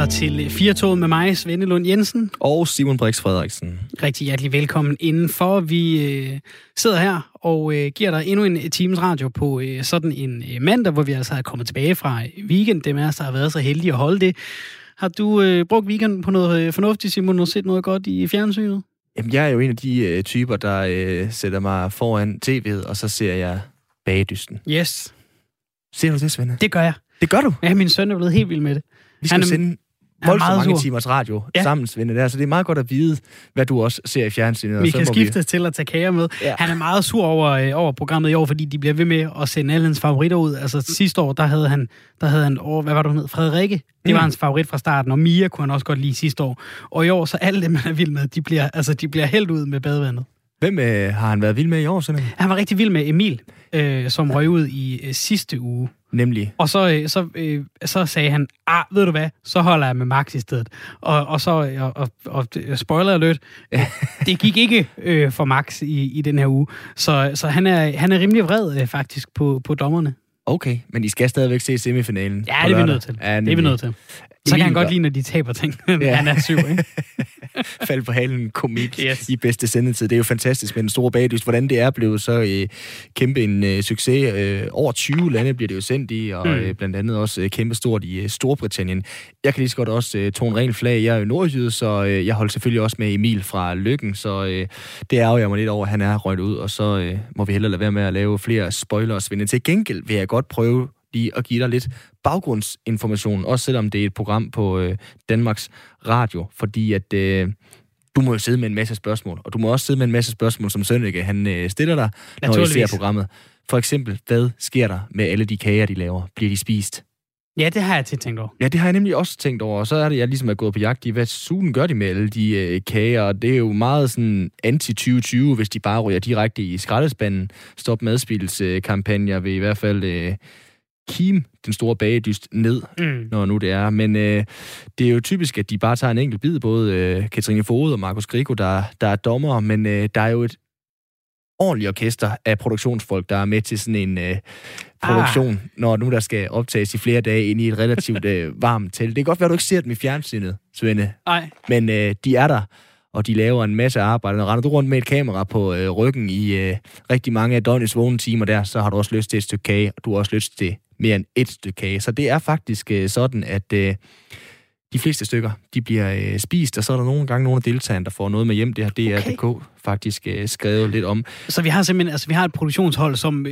lytter til Firtoget med mig, Svende Lund Jensen. Og Simon Brix Frederiksen. Rigtig hjertelig velkommen indenfor. Vi sidder her og giver dig endnu en times radio på sådan en mandag, hvor vi altså er kommet tilbage fra weekend. Dem af os, der har været så heldige at holde det. Har du brugt weekenden på noget fornuftigt, Simon, og set noget godt i fjernsynet? Jamen, jeg er jo en af de typer, der sætter mig foran tv'et, og så ser jeg Bagedysten. Yes. Ser du det, Svende? Det gør jeg. Det gør du? Ja, min søn er blevet helt vild med det. Vi skal sende voldsomt mange timers radio sammen, Svende, der, så det er meget godt at vide, hvad du også ser i fjernsynet. Vi kan skiftes til at tage kager med. Ja. Han er meget sur over programmet i år, fordi de bliver ved med at sende alle hans favoritter ud. Altså sidste år, der havde han hvad var det, hun hed? Frederikke. Det var hans favorit fra starten, og Mia kunne han også godt lide sidste år. Og i år, så alle dem, man er vild med, de bliver hældt ud med badevandet. Hvem har han været vild med i år, sådan? Han var rigtig vild med Emil, som røg ud i sidste uge. Nemlig. Og så sagde han, ved du hvad, så holder jeg med Max i stedet. Og spoiler alert, det gik ikke for Max i den her uge. Så han er rimelig vred faktisk på dommerne. Okay, men I skal stadigvæk se semifinalen. Ja, det er vi nødt til. Ja, det er vi nødt til. Så kan han godt lide, når de taber ting. Ja. Han er syg, ikke? Fald på halen komik i bedste sendetid. Det er jo fantastisk med den store bagdyst. Hvordan det er blevet så kæmpe en succes. Over 20 lande bliver det jo sendt i, og blandt andet også kæmpe stort i Storbritannien. Jeg kan lige så godt også tone rent flag. Jeg er jo nordjyde, så jeg holdt selvfølgelig også med Emil fra Løkken, så det ærger jeg mig lidt over, at han er røget ud, og så må vi hellere lade være med at lave flere spoilers. Til gengæld vil jeg godt prøve lige at give dig lidt baggrundsinformation, også selvom det er et program på Danmarks Radio, fordi at du må jo sidde med en masse spørgsmål, og du må også sidde med en masse spørgsmål, som Sønneke, han stiller dig, når I ser programmet. For eksempel, hvad sker der med alle de kager, de laver? Bliver de spist? Ja, det har jeg tænkt over. Ja, det har jeg nemlig også tænkt over, og så er det, jeg ligesom er gået på jagt i, hvad sugen gør de med alle de kager, og det er jo meget sådan anti-2020, hvis de bare ryger direkte i skraldespanden. Stop madspilskampagner vil i hvert fald kime den store bagedyst ned, når nu det er. Men det er jo typisk, at de bare tager en enkelt bid, både Katrine Foged og Markus Grigo, der er dommere, men der er jo et ordentligt orkester af produktionsfolk, der er med til sådan en produktion, når nu der skal optages i flere dage ind i et relativt varmt telt. Det kan godt være, at du ikke ser dem i fjernsynet, Svende. Nej. Men de er der, og de laver en masse arbejde. Når render du rundt med et kamera på ryggen i rigtig mange af døgnets vågne timer der, så har du også lyst til et stykke kage, og du har også lyst til mere end et stykke kage. Så det er faktisk sådan, at de fleste stykker, de bliver spist, og så er der nogle gange nogle af deltagerne, der får noget med hjem. Det har DR.dk faktisk skrevet lidt om. Så vi har simpelthen, vi har et produktionshold, som,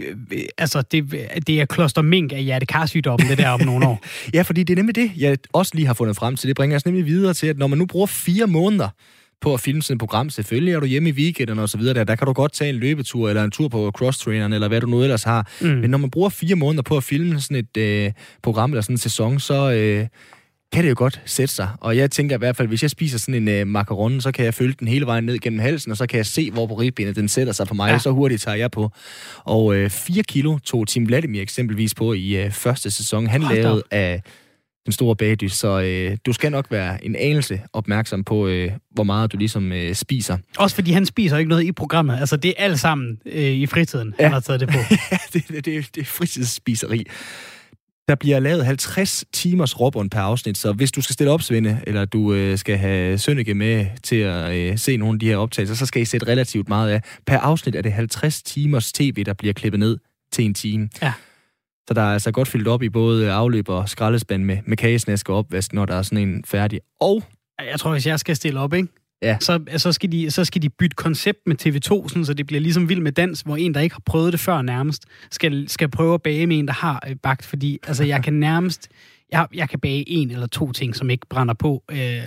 det er kloster mink af hjertekarsygdommen, det der om nogle år. Ja, fordi det er nemlig det, jeg også lige har fundet frem til. Det bringer os nemlig videre til, at når man nu bruger 4 måneder på at filme sådan et program, selvfølgelig er du hjemme i weekenden og så videre, der kan du godt tage en løbetur, eller en tur på crosstraineren, eller hvad du nu ellers har. Men når man bruger 4 måneder på at filme sådan et program, eller sådan en sæson, så kan det jo godt sætte sig. Og jeg tænker i hvert fald, hvis jeg spiser sådan en macaron, så kan jeg følge den hele vejen ned gennem halsen, og så kan jeg se, hvor på ribbenet den sætter sig på mig, og så hurtigt tager jeg på. Og 4 kilo tog Tim Vladimir eksempelvis på i første sæson. Han lavede af den store bagdyst, så du skal nok være en anelse opmærksom på, hvor meget du ligesom spiser. Også fordi han spiser ikke noget i programmet. Altså, det er alt sammen i fritiden, han har taget det på. Ja, det er fritidsspiseri. Der bliver lavet 50 timers råbånd per afsnit, så hvis du skal stille op, Svende, eller du skal have Sønneke med til at se nogle af de her optagelser, så skal I sætte relativt meget af. Per afsnit er det 50 timers tv, der bliver klippet ned til en time. Ja. Så der er altså godt fyldt op i både afløb og skraldespand med kagesnask og opvask, når der er sådan en færdig. Og jeg tror, hvis jeg skal stille op, ikke? Ja. Så skal de bytte koncept med TV2, sådan, så det bliver ligesom Vild med Dans, hvor en, der ikke har prøvet det før nærmest, skal prøve at bage med en, der har bagt. Fordi altså, jeg kan nærmest... Jeg kan bage 1 eller 2 ting, som ikke brænder på.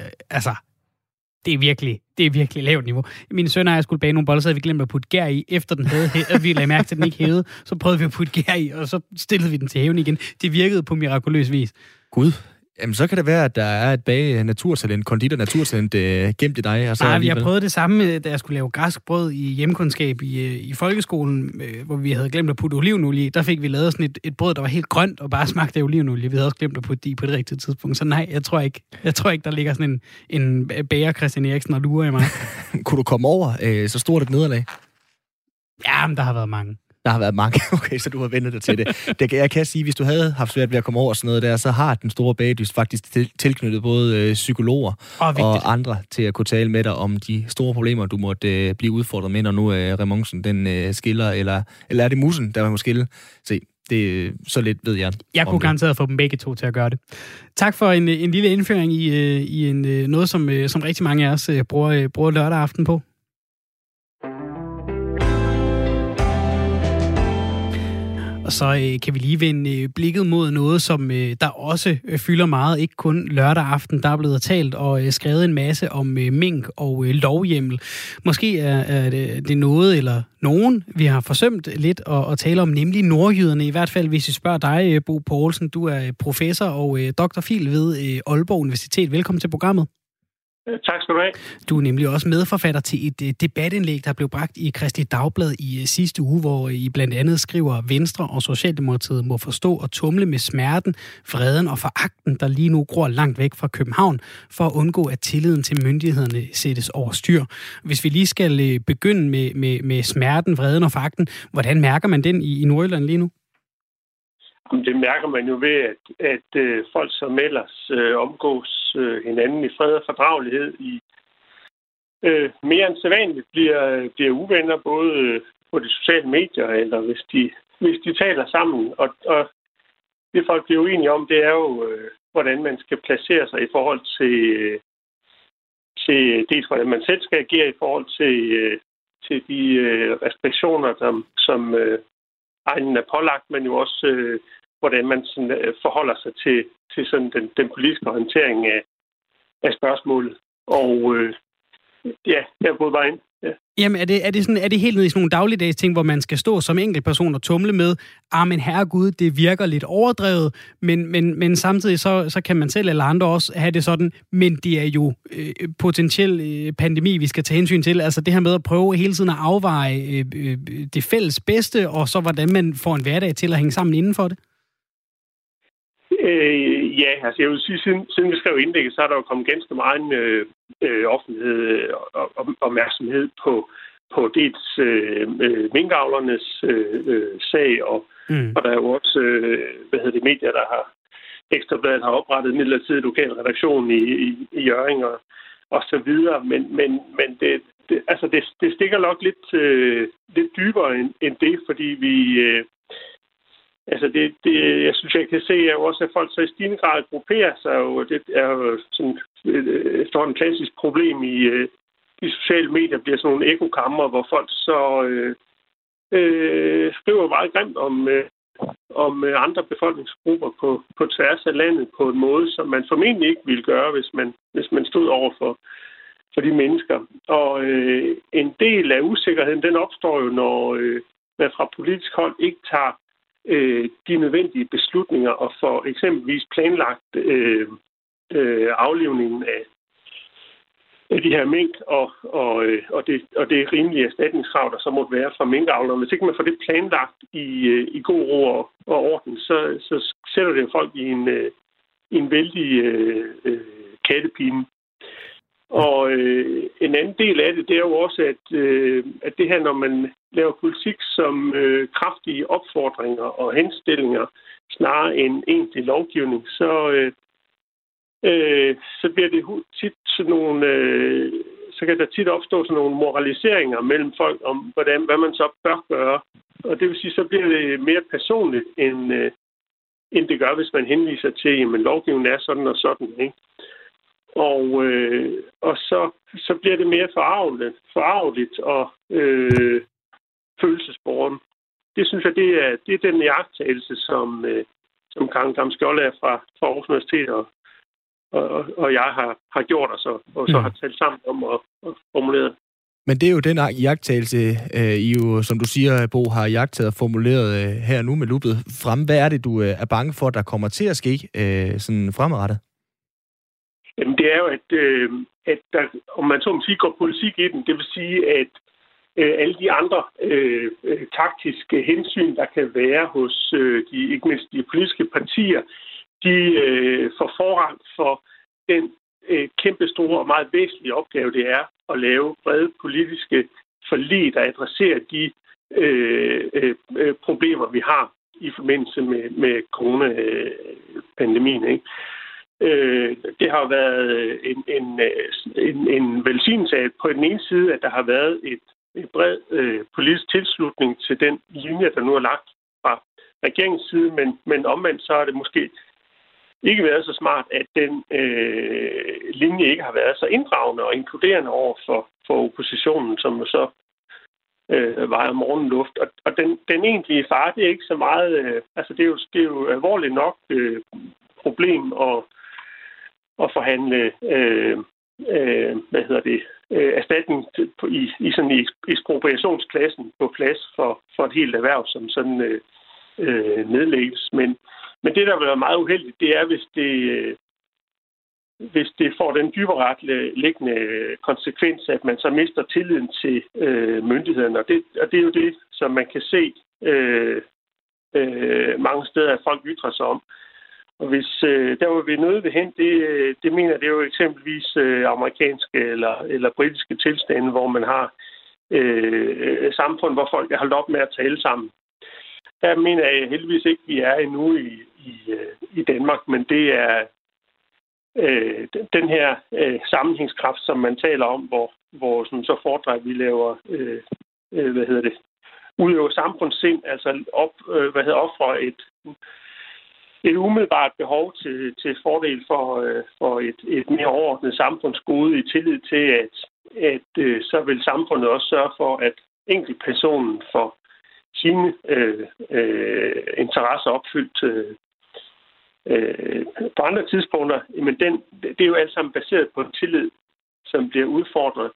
Det er virkelig lavt niveau. Mine sønner og jeg skulle bage nogle boller, så havde vi glemt at putte gær i. Efter den havde vi lagde mærke til, at den ikke hævede, så prøvede vi at putte gær i, og så stillede vi den til hæven igen. Det virkede på mirakuløs vis. Gud. Jamen, så kan det være, at der er et konditor-naturtalent gemt i dig. Og så nej, vi har prøvet det samme, da jeg skulle lave græsk brød i hjemkundskab i folkeskolen, hvor vi havde glemt at putte olivenolie i. Der fik vi lavet sådan et brød, der var helt grønt og bare smagte af olivenolie. Vi havde også glemt at putte det i på det rigtige tidspunkt. Så nej, jeg tror ikke, der ligger sådan en bager Christian Eriksen og lurer i mig. Kunne du komme over så stort et nederlag? Ja, men der har været mange. Der har været mange. Okay, så du har vendt dig til det. Jeg kan sige, hvis du havde haft svært ved at komme over sådan noget der, så har den store bagedyst faktisk tilknyttet både psykologer og andre til at kunne tale med dig om de store problemer, du måtte blive udfordret med, når nu remonsen den skiller, eller er det musen, der må skille? Se, det så lidt ved jeg. Jeg kunne garanteret få dem begge to til at gøre det. Tak for en lille indføring i noget, som rigtig mange af os bruger lørdag aften på. Og så kan vi lige vende blikket mod noget, som der også fylder meget, ikke kun lørdag aften. Der er blevet talt og skrevet en masse om mink og lovhjemmel. Måske er det noget eller nogen, vi har forsømt lidt at tale om, nemlig nordjyderne. I hvert fald, hvis vi spørger dig, Bo Poulsen. Du er professor og doktorfil ved Aalborg Universitet. Velkommen til programmet. Tak skal du have. Du er nemlig også medforfatter til et debatindlæg, der blev bragt i Kristeligt Dagblad i sidste uge, hvor I blandt andet skriver, at Venstre og Socialdemokratiet må forstå og tumle med smerten, vreden og foragten, der lige nu gror langt væk fra København, for at undgå, at tilliden til myndighederne sættes over styr. Hvis vi lige skal begynde med smerten, vreden og foragten, hvordan mærker man den i Nordjylland lige nu? Det mærker man jo ved, at folk som ellers omgås hinanden i fred og fordragelighed i mere end sædvanligt bliver uvenner, både på de sociale medier, eller hvis de taler sammen. Og det folk bliver uenige om, det er jo, hvordan man skal placere sig i forhold til dels hvordan man selv skal agere i forhold til de restriktioner, som egnen er pålagt, men jo også hvordan man sådan, forholder sig til sådan den politiske håndtering af spørgsmålet. Og jeg er gået bare ind. Ja. Jamen, er det helt ned i sådan nogle dagligdags ting, hvor man skal stå som enkeltperson og tumle med, men herregud, det virker lidt overdrevet, men samtidig så kan man selv eller andre også have det sådan, men det er jo potentiel pandemi, vi skal tage hensyn til. Altså det her med at prøve hele tiden at afveje det fælles bedste, og så hvordan man får en hverdag til at hænge sammen inden for det. Ja, altså jeg vil sige, siden vi skrev indlægget, så er der jo kommet ganske meget offentlighed og opmærksomhed på dels minkavlernes sag, og der er jo også medier, der har Ekstrabladet har oprettet en midlertidig lokal redaktion i Hjørring og så videre, men det stikker nok lidt dybere end det, fordi vi jeg synes, jeg kan se, at også at folk så i stigende grad grupperer sig, og det er jo sådan et klassisk problem i de sociale medier, bliver sådan nogle ekokammer, hvor folk så skriver meget grimt om andre befolkningsgrupper på tværs af landet på en måde, som man formentlig ikke ville gøre, hvis man stod over for de mennesker. Og en del af usikkerheden, den opstår jo, når man fra politisk hold ikke tager de nødvendige beslutninger og for eksempelvis planlagt aflivningen af de her mink og det rimelige erstatningskrav, der så måtte være fra minkavlerne. Hvis ikke man får det planlagt i god ro og orden, så sætter det folk i en vældig kattepine. Og en anden del af det er jo også, at det her, når man laver politik som kraftige opfordringer og henstillinger, snarere end egentlig lovgivning, så bliver det tit sådan nogle, så kan der tit opstå sådan nogle moraliseringer mellem folk om, hvad man så bør gøre. Og det vil sige, så bliver det mere personligt, end det gør, hvis man henviser til, at lovgivningen er sådan og sådan, ikke? Og så bliver det mere forarveligt og følelsesbåren. Det synes jeg, det er den iagttagelse, som Karen Gram-Skjold er fra Aarhus Universitet og jeg har gjort, og så har talt sammen om at formulere. Men det er jo den iagttagelse, I jo, som du siger, Bo, har iagttaget og formuleret her nu med luppet frem. Hvad er det, du er bange for, der kommer til at ske sådan fremadrettet? Jamen, det er jo, at der, om man så må sige, går politik i den. Det vil sige, at alle de andre taktiske hensyn, der kan være hos ikke mindst de politiske partier, de får forrang for den kæmpe store og meget væsentlige opgave, det er at lave brede politiske forlig, der adresserer de problemer, vi har i forbindelse med coronapandemien, ikke? Det har været en velsignelse på den ene side, at der har været et bred politisk tilslutning til den linje, der nu er lagt fra regeringens side, men omvendt så har det måske ikke været så smart, at den linje ikke har været så inddragende og inkluderende over for oppositionen, som så vejer morgenluft. Og den egentlige fare, det er ikke så meget... det er jo alvorligt nok problem at forhandle erstatning i sådan i ekspropriationsklassen på plads for et helt erhverv, som sådan nedlægges. Men det, der vil være meget uheldigt, det er, hvis det får den dybere liggende konsekvens, at man så mister tilliden til myndighederne. Og det er jo det, som man kan se mange steder, at folk ytrer sig om. Og hvis der hvor vi er nødt ved hen, det mener det er jo eksempelvis amerikanske eller britiske tilstande, hvor man har samfund, hvor folk er holdt op med at tale sammen. Der mener jeg heldigvis ikke, vi er endnu i Danmark, men det er den her sammenhængskraft, som man taler om, hvor som så foretræk vi laver udøver samfundssind, altså ofre et umiddelbart behov til fordel for et mere overordnet samfundsgode i tillid til, at så vil samfundet også sørge for, at enkeltpersonen får sine interesser opfyldt på andre tidspunkter. Men det er jo alt sammen baseret på en tillid, som bliver udfordret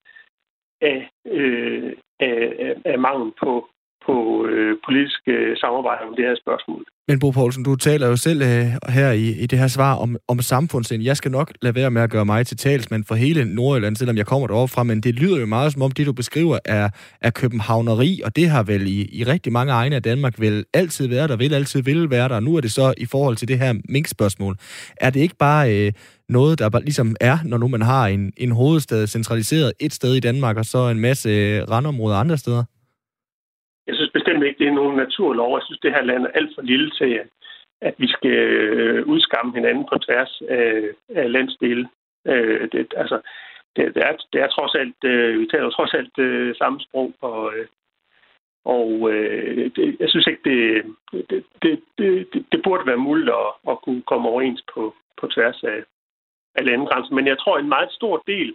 af mangel på politisk samarbejde om det her spørgsmål. Men Bo Poulsen, du taler jo selv her i det her svar om samfundssind. Jeg skal nok lade være med at gøre mig til talsmand for hele Nordjylland, selvom jeg kommer deroppe fra, men det lyder jo meget som om det, du beskriver, er københavneri, og det har vel i rigtig mange egne af Danmark vel altid været der, vil altid være der, og nu er det så i forhold til det her minkspørgsmål. Er det ikke bare noget, der bare ligesom er, når nu man har en hovedstad centraliseret et sted i Danmark, og så en masse randområder andre steder? Jeg synes bestemt ikke, det er nogen naturlov. Jeg synes, det her land er alt for lille til, at vi skal udskamme hinanden på tværs af landsdele. Det er trods alt, vi taler trods alt samme sprog, jeg synes ikke, det burde være muligt at kunne komme overens på tværs af landegrænser. Men jeg tror, en meget stor del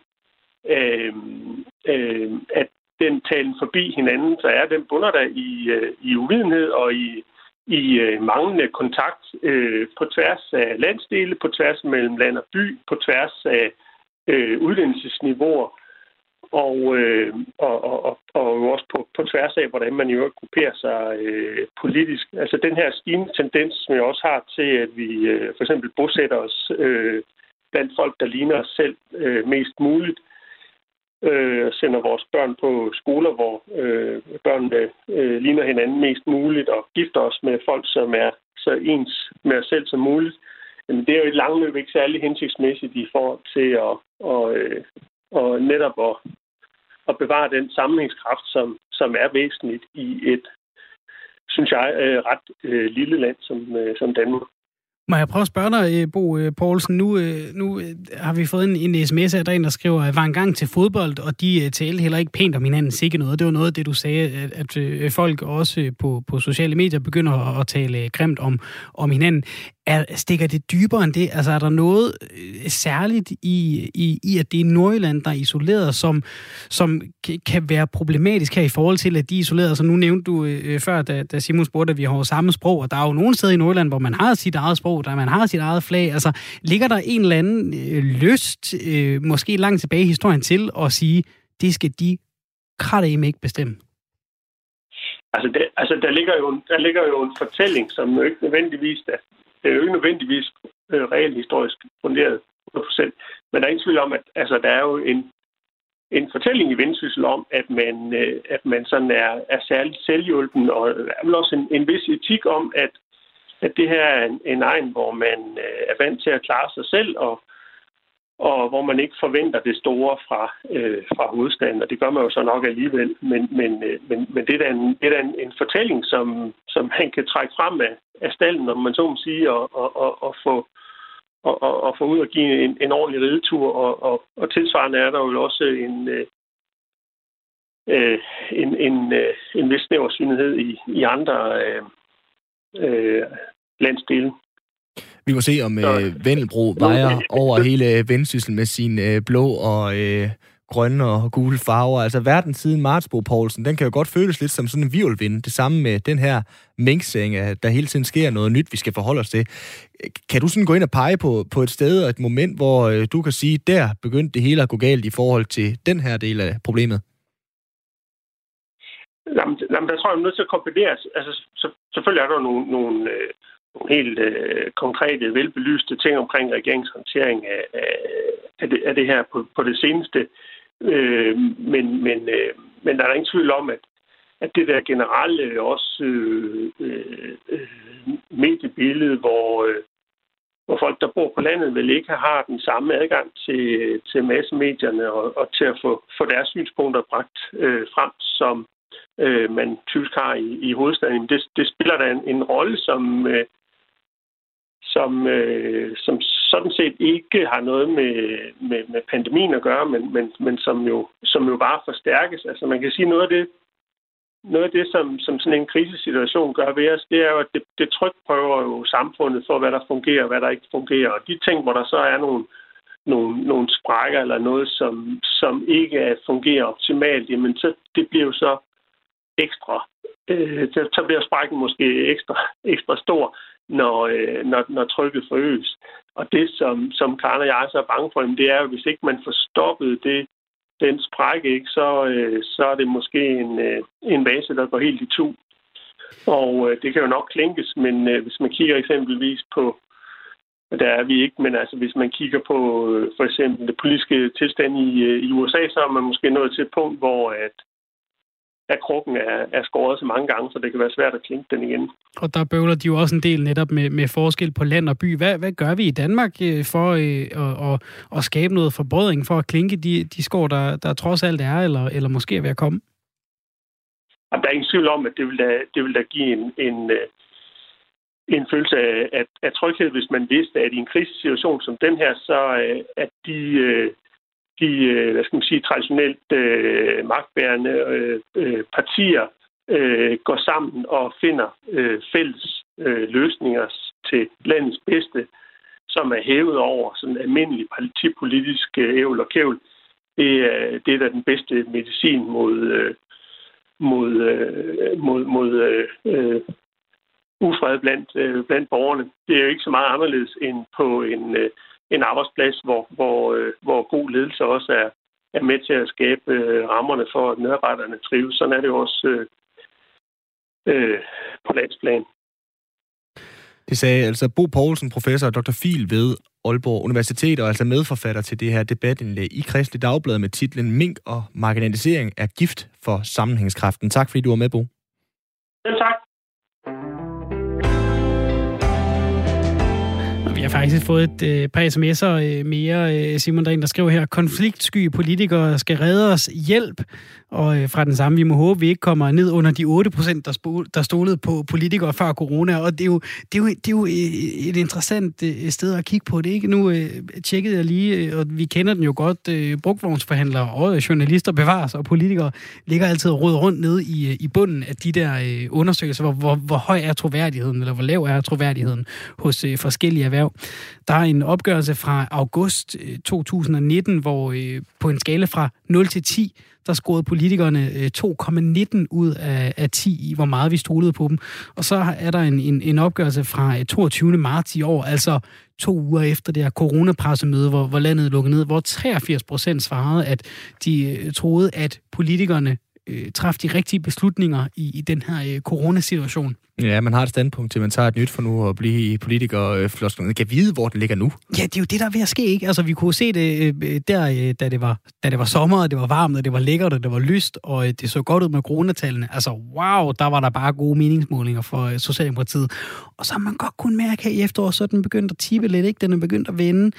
at den talen forbi hinanden, så er den bunder der i uvidenhed og i manglende kontakt på tværs af landsdele, på tværs mellem land og by, på tværs af uddannelsesniveauer og også på tværs af, hvordan man jo grupperer sig politisk. Altså den her stigende tendens, som jeg også har til, at vi for eksempel bosætter os blandt folk, der ligner os selv mest muligt, sender vores børn på skoler, hvor børnene ligner hinanden mest muligt, og gifter os med folk, som er så ens med os selv som muligt. Men det er jo et langløb ikke særlig hensigtsmæssigt i forhold til at netop at bevare den sammenhængskraft, som er væsentligt i et, synes jeg, ret lille land som Danmark. Må jeg prøve at spørge dig, Bo Poulsen? Nu har vi fået en sms af en, der skriver, at var engang til fodbold, og de talte heller ikke pænt om hinanden, sikke noget. Det var noget af det, du sagde, at folk også på sociale medier begynder at tale grimt om hinanden. Stikker det dybere end det? Altså er der noget særligt i at det er Nordjylland, der er isoleret, som kan være problematisk her i forhold til, at de er isoleret? Så nu nævnte du før, da Simon spurgte, at vi har samme sprog, og der er jo nogle steder i Nordjylland, hvor man har sit eget sprog, der man har sit eget flag. Altså ligger der en eller anden lyst, måske langt tilbage i historien til, at sige, det skal de kraftedeme ikke bestemme? Der ligger jo en fortælling, som jo ikke nødvendigvis det er jo ikke nødvendigvis reelt historisk funderet 100%. Men der er ingen tvivl om, at der er jo en fortælling i Vendsyssel om, at man sådan er særligt selvhjulpen, og der er vel også en vis etik om, at det her er en egen, hvor man er vant til at klare sig selv, og hvor man ikke forventer det store fra hovedstaden, og det gør man jo så nok alligevel. Men det er da en fortælling, som han kan trække frem af stallen, om man så må sige, og få ud og give en ordentlig ridetur, og tilsvarende er der jo også en vis snæversynlighed i andre landsdele. Vi må se, om Vendelbro vejer over hele Vendsyssel med sine blå og grønne og gule farver. Altså verden siden Martsbo Poulsen, den kan jo godt føles lidt som sådan en virvelvind. Det samme med den her minkseng, at der hele tiden sker noget nyt, vi skal forholde os til. Kan du sådan gå ind og pege på et sted og et moment, hvor du kan sige, der begyndte det hele at gå galt i forhold til den her del af problemet? Jamen, der tror jeg, nødt til at kombinere. Altså, selvfølgelig er der nogle helt konkrete, velbelyste ting omkring regeringshåndtering af det her på det seneste. Men der er ingen tvivl om, at det der generelle også medierbillede, hvor folk, der bor på landet, vel ikke har den samme adgang til massemedierne og til at få deres synspunkter bragt frem, som man typisk har i hovedstaden. Det spiller da en rolle, som sådan set ikke har noget med pandemien at gøre, men som jo bare forstærkes. Altså man kan sige, noget af det som sådan en krisesituation gør ved os, det er jo, at det trykprøver jo samfundet for, hvad der fungerer og hvad der ikke fungerer. Og de ting, hvor der så er nogle sprækker eller noget, som ikke fungerer optimalt, jamen så det bliver jo så ekstra. Så bliver sprækken måske ekstra stor, når trykket forøges. Og det, som Karen og jeg så er bange for, det er jo, hvis ikke man får stoppet den sprække, ikke, så er det måske en vase, der går helt itu. Og det kan jo nok klinkes, men hvis man kigger eksempelvis på, der er vi ikke, men altså hvis man kigger på for eksempel det politiske tilstand i USA, så er man måske nået til et punkt, hvor at krukken er skåret så mange gange, så det kan være svært at klinke den igen. Og der bøvler de jo også en del netop med forskel på land og by. Hvad gør vi i Danmark for at skabe noget forbrødring, for at klinke de skår, der trods alt er, eller måske er ved at komme? Der er ingen tvivl om, at det vil da give en følelse af tryghed, hvis man vidste, at i en krisesituation som den her, så at de hvad skal man sige, traditionelt magtbærende partier går sammen og finder fælles løsninger til landets bedste, som er hævet over sådan almindelig partipolitisk ævl og kævl. Det er da den bedste medicin mod ufred blandt borgerne. Det er jo ikke så meget anderledes end på en arbejdsplads, hvor god ledelse også er med til at skabe rammerne for, at medarbejderne trives. Sådan er det jo også på landsplan. Det sagde altså Bo Poulsen, professor og Dr. Phil ved Aalborg Universitet, og altså medforfatter til det her debatindlæg i Kristeligt Dagblad med titlen Mink og marginalisering er gift for sammenhængskraften. Tak fordi du var med, Bo. Selv tak. Vi har faktisk fået et par sms'er mere, Simon, der er en, der skriver her, konfliktsky politikere skal redde os, hjælp, og fra den samme, vi må håbe, vi ikke kommer ned under de 8%, der stolede på politikere før corona, og det er jo et interessant sted at kigge på det, ikke? Nu tjekkede jeg lige, og vi kender den jo godt, brugtvognsforhandlere og journalister bevares, og politikere ligger altid og roder rundt nede i bunden af de der undersøgelser, hvor høj er troværdigheden, eller hvor lav er troværdigheden hos forskellige erhverv. Der er en opgørelse fra august 2019, hvor på en skala fra 0 til 10, der scorede politikerne 2,19 ud af 10 i, hvor meget vi stolede på dem. Og så er der en opgørelse fra 22. marts i år, altså 2 uger efter det her coronapressemøde, hvor landet lukkede ned, hvor 83% svarede, at de troede, at politikerne træffe de rigtige beslutninger i den her coronasituation. Ja, man har et standpunkt til, man tager et nyt for nu at blive politiker. Kan vide, hvor den ligger nu? Ja, det er jo det, der er ved at ske, ikke? Altså, vi kunne se det der, da det var sommer, og det var varmt, og det var lækkert, og det var lyst, og det så godt ud med coronatallene. Altså, wow, der var der bare gode meningsmålinger for Socialdemokratiet. Og så har man godt kunnet mærke her i efteråret, så er den begyndt at tippe lidt, ikke? Den er begyndt at vende.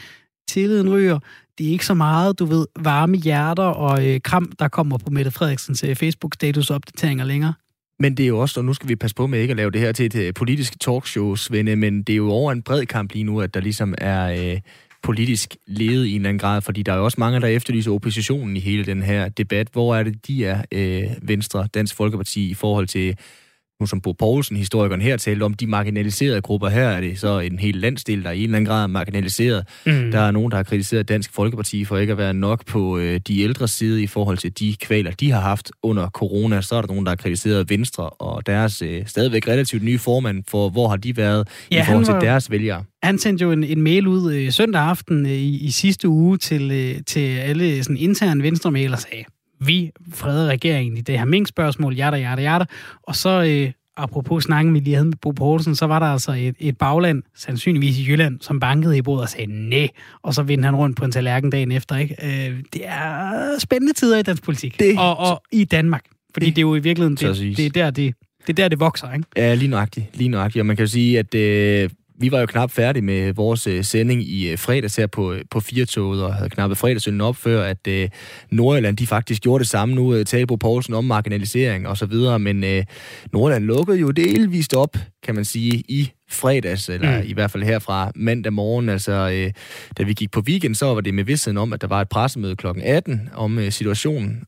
tilliden ryger. Det er ikke så meget, du ved, varme hjerter og kram, der kommer på Mette Frederiksens Facebook-status-opdateringer længere. Men det er jo også, og nu skal vi passe på med ikke at lave det her til et politisk talkshow, Svende, men det er jo over en bred kamp lige nu, at der ligesom er politisk ledet i en eller anden grad, fordi der er jo også mange, der efterlyser oppositionen i hele den her debat. Hvor er det, de er Venstre, Dansk Folkeparti, i forhold til, nu som Bo Poulsen, historikeren her, talte om de marginaliserede grupper. Her er det så en hel landsdel, der er i en eller anden grad marginaliseret. Der er nogen, der har kritiseret Dansk Folkeparti for ikke at være nok på de ældres side i forhold til de kvaler, de har haft under corona. Så er der nogen, der har kritiseret Venstre og deres stadigvæk relativt nye formand for, hvor har de været i forhold til deres vælgere. Han sendte jo en mail ud søndag aften i sidste uge til alle sådan interne Venstre-mail og sagde, vi freder regeringen i det her minkspørgsmål, jada. Og så, apropos snakken, vi lige havde med Bo Poulsen, så var der altså et bagland, sandsynligvis i Jylland, som bankede i bordet og sagde nej. Og så vendte han rundt på en tallerken dagen efter, ikke? Det er spændende tider i dansk politik. Og i Danmark. Fordi det er jo i virkeligheden, det er der, det vokser, ikke? Ja, lige nøjagtigt. Og man kan jo sige, at vi var jo knap færdige med vores sending i fredags her på Firtoget, og havde knappet fredagsønden op før, at Nordjylland, de faktisk gjorde det samme. Nu talte Bo Poulsen om marginalisering og så videre, men Nordjylland lukkede jo delvist op, kan man sige, i fredags, eller i hvert fald her fra mandag morgen. Altså, da vi gik på weekend, så var det med vidstheden om, at der var et pressemøde kl. 18 om situationen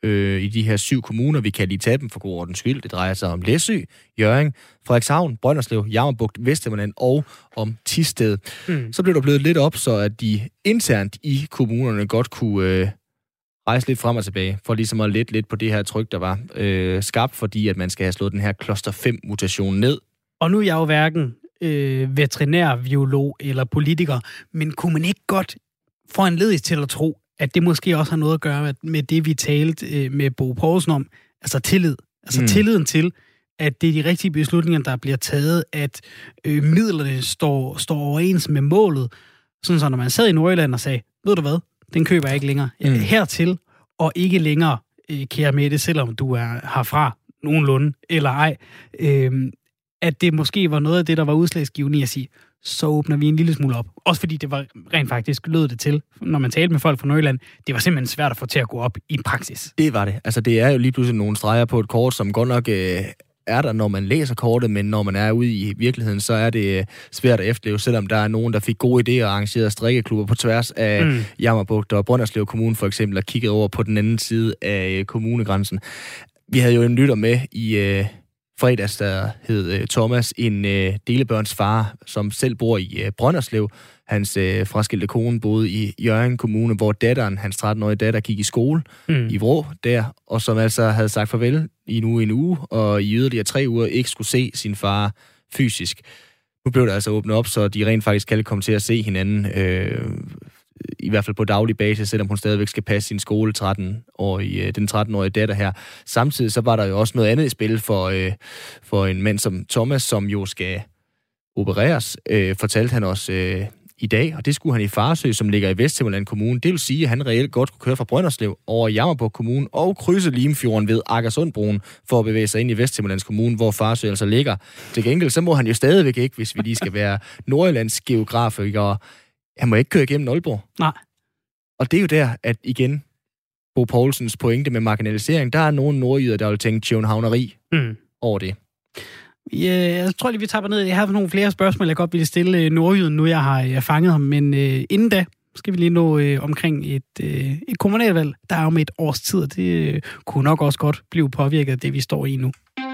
i de her 7 kommuner. Vi kan lige tage dem for god ordens skyld. Det drejer sig om Læsø, Hjørring, Frederikshavn, Brønderslev, Jammerbugt, Vesthimmerland og om Thisted. Så blev der blevet lidt op, så at de internt i kommunerne godt kunne rejse lidt frem og tilbage, for ligesom at lette lidt på det her tryk, der var skabt, fordi at man skal have slået den her cluster 5-mutation ned. Og nu er jeg jo hverken veterinær, biolog eller politiker, men kunne man ikke godt få en ledighed til at tro, at det måske også har noget at gøre med det, vi talte med Bo Poulsen om, altså tillid. Altså tilliden til, at det er de rigtige beslutninger, der bliver taget, at midlerne står overens med målet. Sådan så, når man sad i Nordjylland og sagde, ved du hvad, den køber jeg ikke længere. Hertil, og ikke længere, kære Mette, selvom du er herfra nogenlunde, eller ej, at det måske var noget af det, der var udslagsgivende i at sige, så åbner vi en lille smule op. Også fordi det var rent faktisk lød det til, når man talte med folk fra Nordjylland, det var simpelthen svært at få til at gå op i praksis. Det var det. Altså det er jo lige pludselig nogle streger på et kort, som godt nok er der, når man læser kortet, men når man er ude i virkeligheden, så er det svært at efterleve, selvom der er nogen, der fik gode idéer og arrangerede strikkeklubber på tværs af Jammerbugt og Brønderslev Kommune for eksempel, og kiggede over på den anden side af kommunegrænsen. Vi havde jo en lytter med i fredags, der hed Thomas, en delebørns far, som selv bor i Brønderslev. Hans fraskilte kone boede i Hjørring Kommune, hvor datteren, hans 13-årige datter, gik i skole i Vrå der, og som altså havde sagt farvel i en uge, og i yderligere 3 uger ikke skulle se sin far fysisk. Nu blev der altså åbnet op, så de rent faktisk kan komme til at se hinanden, i hvert fald på daglig basis, selvom hun stadigvæk skal passe sin skole den 13-årige datter her. Samtidig så var der jo også noget andet i spil for en mand som Thomas, som jo skal opereres, fortalte han os i dag, og det skulle han i Farsø, som ligger i Vesthimmerland Kommune. Det vil sige, at han reelt godt kunne køre fra Brønderslev over Jammerbugt Kommune og krydse Limfjorden ved Akersundbroen for at bevæge sig ind i Vesthimmerlands Kommune, hvor Farsø altså ligger. Til gengæld, så må han jo stadigvæk ikke, hvis vi lige skal være Nordjyllands geografikere. Han må ikke køre igennem Aalborg. Nej. Og det er jo der, at igen, Bo Poulsens pointe med marginalisering, der er nogle nordjyder, der vil tænke københavneri over det. Ja, jeg tror lige, vi tapper ned. Jeg har nogle flere spørgsmål, jeg godt ville stille nordjyden, nu jeg har fanget ham. Men inden da skal vi lige nå omkring et kommunalvalg, der er om et års tid, og det kunne nok også godt blive påvirket af det, vi står i nu.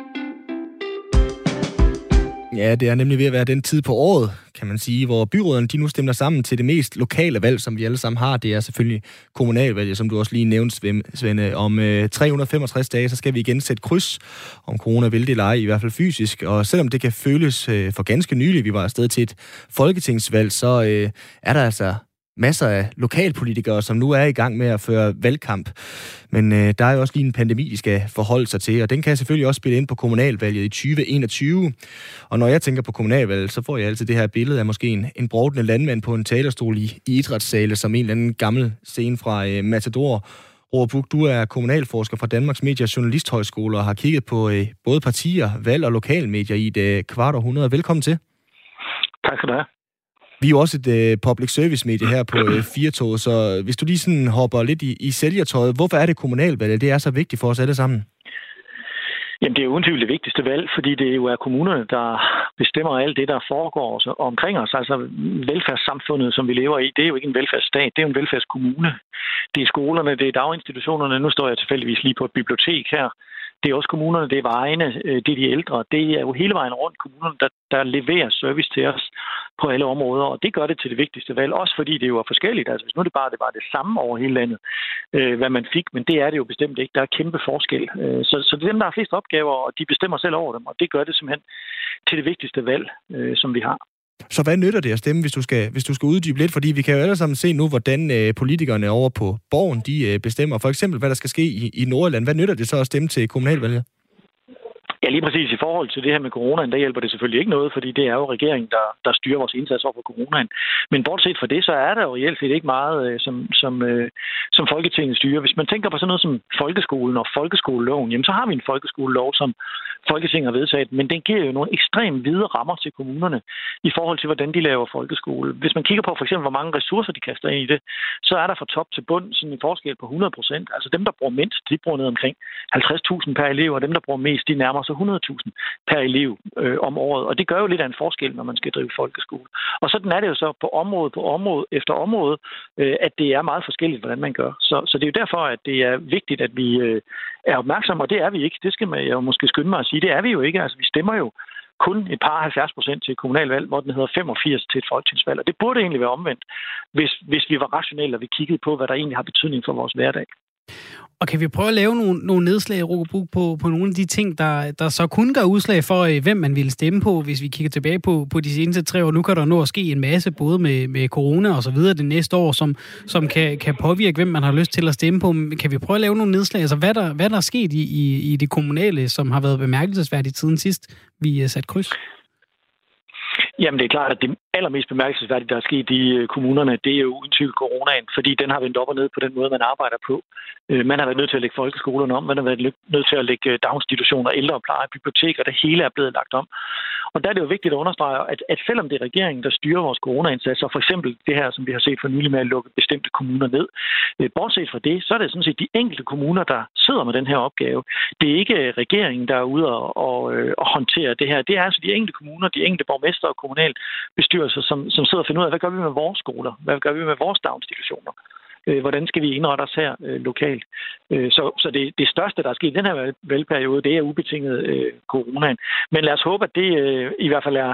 Ja, det er nemlig ved at være den tid på året, kan man sige, hvor byråderne de nu stemmer sammen til det mest lokale valg, som vi alle sammen har. Det er selvfølgelig kommunalvalget, som du også lige nævnte, Svende. Om 365 dage, så skal vi igen sætte kryds, om corona vil det eller ej, i hvert fald fysisk. Og selvom det kan føles for ganske nylig, vi var afsted til et folketingsvalg, så er der altså masser af lokalpolitikere, som nu er i gang med at føre valgkamp. Men der er jo også lige en pandemi, de skal forholde sig til, og den kan selvfølgelig også spille ind på kommunalvalget i 2021. Og når jeg tænker på kommunalvalget, så får jeg altid det her billede af måske en brovdende landmand på en talerstol i idrætssale, som en eller anden gammel scene fra Matador. Roar Buch, du er kommunalforsker fra Danmarks Medie- og Journalisthøjskole og har kigget på både partier, valg og lokalmedier i et kvart århundrede. Velkommen til. Tak skal du have. Vi er jo også et public service-medie her på Firtoget, så hvis du lige sådan hopper lidt i sælgertøjet, hvorfor er det kommunalvalget? Det er så vigtigt for os alle sammen. Jamen, det er uden tvivl det vigtigste valg, fordi det jo er kommunerne, der bestemmer alt det, der foregår omkring os. Altså velfærdssamfundet, som vi lever i, det er jo ikke en velfærdsstat, det er jo en velfærdskommune. Det er skolerne, det er daginstitutionerne. Nu står jeg tilfældigvis lige på et bibliotek her. Det er også kommunerne, det er vejene, det er de ældre. Det er jo hele vejen rundt kommunerne, der leverer service til os på alle områder, og det gør det til det vigtigste valg, også fordi det jo er forskelligt. Altså hvis nu det var det samme over hele landet, hvad man fik, men det er det jo bestemt ikke. Der er kæmpe forskel. Så det er dem, der har flest opgaver, og de bestemmer selv over dem, og det gør det simpelthen til det vigtigste valg, som vi har. Så hvad nytter det at stemme, hvis du skal uddybe lidt? Fordi vi kan jo alle sammen se nu, hvordan politikerne over på Borgen, de bestemmer for eksempel, hvad der skal ske i Nordjylland. Hvad nytter det så at stemme til kommunalvalget? Ja, lige præcis i forhold til det her med coronaen, der hjælper det selvfølgelig ikke noget, fordi det er jo regeringen, der styrer vores indsats over for coronaen. Men bortset fra det, så er der jo reelt set ikke meget, som Folketinget styrer. Hvis man tænker på sådan noget som folkeskolen og folkeskoleloven, jamen så har vi en folkeskolelov, som Folketinget har vedtaget, men den giver jo nogle ekstremt vide rammer til kommunerne i forhold til, hvordan de laver folkeskole. Hvis man kigger på for eksempel, hvor mange ressourcer de kaster ind i det, så er der fra top til bund sådan en forskel på 100%. Altså dem, der bruger mindst, de bruger ned omkring 50.000 per elev, og dem, der bruger mest, de nærmer sig 100.000 per elev om året. Og det gør jo lidt af en forskel, når man skal drive folkeskole. Og sådan er det jo så på område efter område, at det er meget forskelligt, hvordan man gør. Så det er jo derfor, at det er vigtigt, at vi er opmærksomme, og det er vi ikke. Det skal man jo måske skynde mig at sige. Det er vi jo ikke. Altså, vi stemmer jo kun et par 70% til kommunalvalg, hvor den hedder 85 til et folketingsvalg. Og det burde egentlig være omvendt, hvis vi var rationelle, og vi kiggede på, hvad der egentlig har betydning for vores hverdag. Og kan vi prøve at lave nogle nedslag, Rukker Buch, på nogle af de ting, der så kun gør udslag for, hvem man ville stemme på, hvis vi kigger tilbage på de seneste 3 år? Nu kan der nå at ske en masse, både med corona og så videre det næste år, som kan påvirke, hvem man har lyst til at stemme på. Kan vi prøve at lave nogle nedslag? Altså, hvad der er sket i det kommunale, som har været bemærkelsesværdigt siden sidst, vi satte kryds? Jamen, det er klart, at det allermest bemærkelsesværdige, der er sket i kommunerne, det er jo uden tvivl coronaen, fordi den har vendt op og ned på den måde, man arbejder på. Man har været nødt til at lægge folkeskolerne om, man har været nødt til at lægge daginstitutioner, ældrepleje, biblioteker, det hele er blevet lagt om. Og der er det jo vigtigt at understrege, at selvom det er regeringen, der styrer vores coronaindsats, og for eksempel det her, som vi har set for nylig med at lukke bestemte kommuner ned, bortset fra det, så er det sådan set de enkelte kommuner, der sidder med den her opgave. Det er ikke regeringen, der er ude og håndtere det her. Det er altså de enkelte kommuner, de enkelte borgmester og kommunalbestyrelser, som sidder og finder ud af, hvad gør vi med vores skoler? Hvad gør vi med vores daginstitutioner? Hvordan skal vi indrette os her lokalt? Så det største, der er sket i den her valgperiode, det er ubetinget coronaen. Men lad os håbe, at det i hvert fald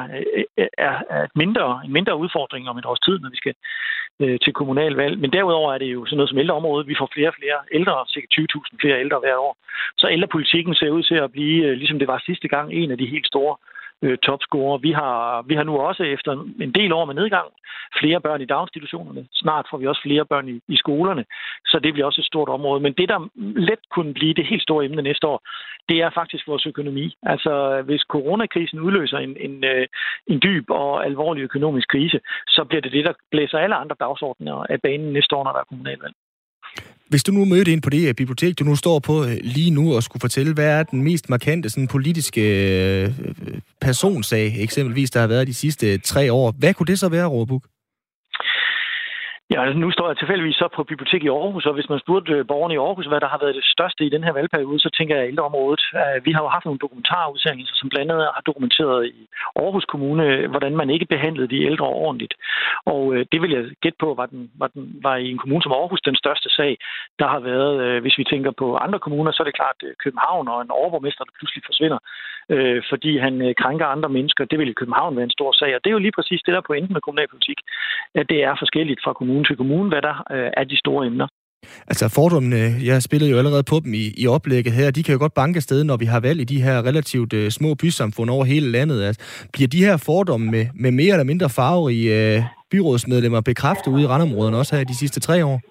er en mindre udfordring om et års tid, når vi skal til kommunalvalg. Men derudover er det jo sådan noget som ældreområdet. Vi får flere og flere ældre, cirka 20.000 flere ældre hver år. Så ældrepolitikken ser ud til at blive, ligesom det var sidste gang, en af de helt store topscorer. Vi har nu også efter en del år med nedgang flere børn i daginstitutionerne. Snart får vi også flere børn i skolerne, så det bliver også et stort område. Men det, der let kunne blive det helt store emne næste år, det er faktisk vores økonomi. Altså, hvis coronakrisen udløser en dyb og alvorlig økonomisk krise, så bliver det, der blæser alle andre dagsordner af banen næste år, når der er kommunalvalg. Hvis du nu mødte ind på det bibliotek, du nu står på lige nu og skulle fortælle, hvad er den mest markante sådan, politiske personsag, eksempelvis, der har været de sidste 3 år, hvad kunne det så være, Rukker Buch? Ja, nu står jeg tilfældigvis så på bibliotek i Aarhus, og hvis man spurgte borgerne i Aarhus, hvad der har været det største i den her valgperiode, så tænker jeg ældreområdet. Vi har jo haft nogle dokumentarudsendelser, som blandt andet har dokumenteret i Aarhus Kommune, hvordan man ikke behandlede de ældre ordentligt. Og det vil jeg gætte på, var i en kommune som Aarhus den største sag, der har været. Hvis vi tænker på andre kommuner, så er det klart København og en overborgmester, der pludselig forsvinder, fordi han krænker andre mennesker. Det vil i København være en stor sag, og det er jo lige præcis det, der er pointen med kommunalpolitik, at det er forskelligt fra kommune til kommune, hvad der er de store emner. Altså fordommene, jeg spillede jo allerede på dem i oplægget her, de kan jo godt banke afsted, når vi har valg i de her relativt små bysamfund over hele landet. Altså, bliver de her fordomme med mere eller mindre farverige byrådsmedlemmer bekræftet ude i randområderne også her de sidste 3 år?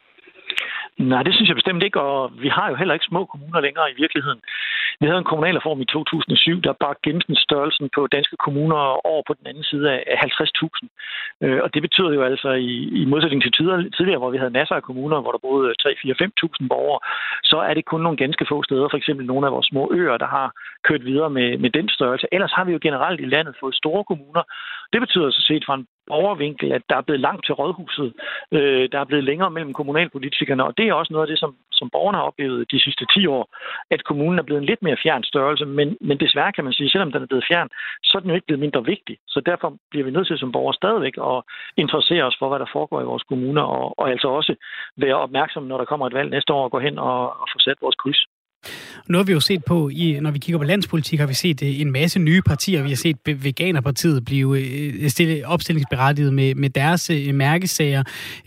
Nej, det synes jeg bestemt ikke, og vi har jo heller ikke små kommuner længere i virkeligheden. Vi havde en kommunalreform i 2007, der bragte gennemsnitsstørrelsen på danske kommuner over på den anden side af 50.000. Og det betyder jo altså, i modsætning til tidligere, hvor vi havde masser af kommuner, hvor der boede 3-4-5.000 borgere, så er det kun nogle ganske få steder, for eksempel nogle af vores små øer, der har kørt videre med den størrelse. Ellers har vi jo generelt i landet fået store kommuner. Det betyder så set fra en borgervinkel, at der er blevet langt til rådhuset. Der er blevet længere mellem kommunalpolitikerne, og det er også noget af det, som borgerne har oplevet de sidste 10 år, at kommunen er blevet en lidt mere fjern størrelse, men desværre kan man sige, selvom den er blevet fjern, så er den jo ikke blevet mindre vigtig. Så derfor bliver vi nødt til som borgere stadigvæk at interessere os for, hvad der foregår i vores kommuner, og altså også være opmærksomme, når der kommer et valg næste år, og gå hen og få sat vores kryds. Nu har vi jo set på, når vi kigger på landspolitik, har vi set en masse nye partier. Vi har set Veganerpartiet blive opstillingsberettiget med deres mærkesager.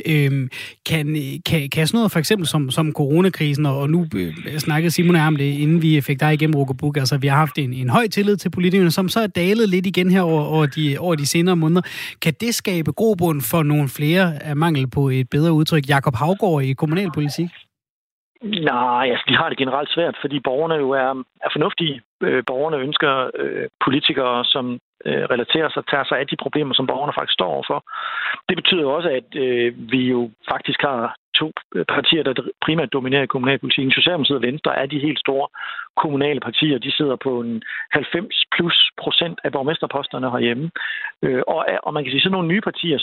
Kan sådan noget for eksempel som coronakrisen, og nu snakkede Simon om det, inden vi fik dig igennem Rukkerbuk, altså vi har haft en høj tillid til politikerne, som så er dalet lidt igen her over de senere måneder. Kan det skabe grobund for nogle flere af mangel på et bedre udtryk? Jakob Haugaard i kommunalpolitik? Nej, altså, de har det generelt svært, fordi borgerne jo er fornuftige. Borgerne ønsker politikere, som relaterer sig, tager sig af de problemer, som borgerne faktisk står overfor. Det betyder jo også, at vi jo faktisk har 2 partier, der primært dominerer kommunalpolitikken. Socialdemokratiet og Venstre er de helt store kommunale partier. De sidder på en 90% af borgmesterposterne herhjemme. Og man kan sige, sådan nogle nye partier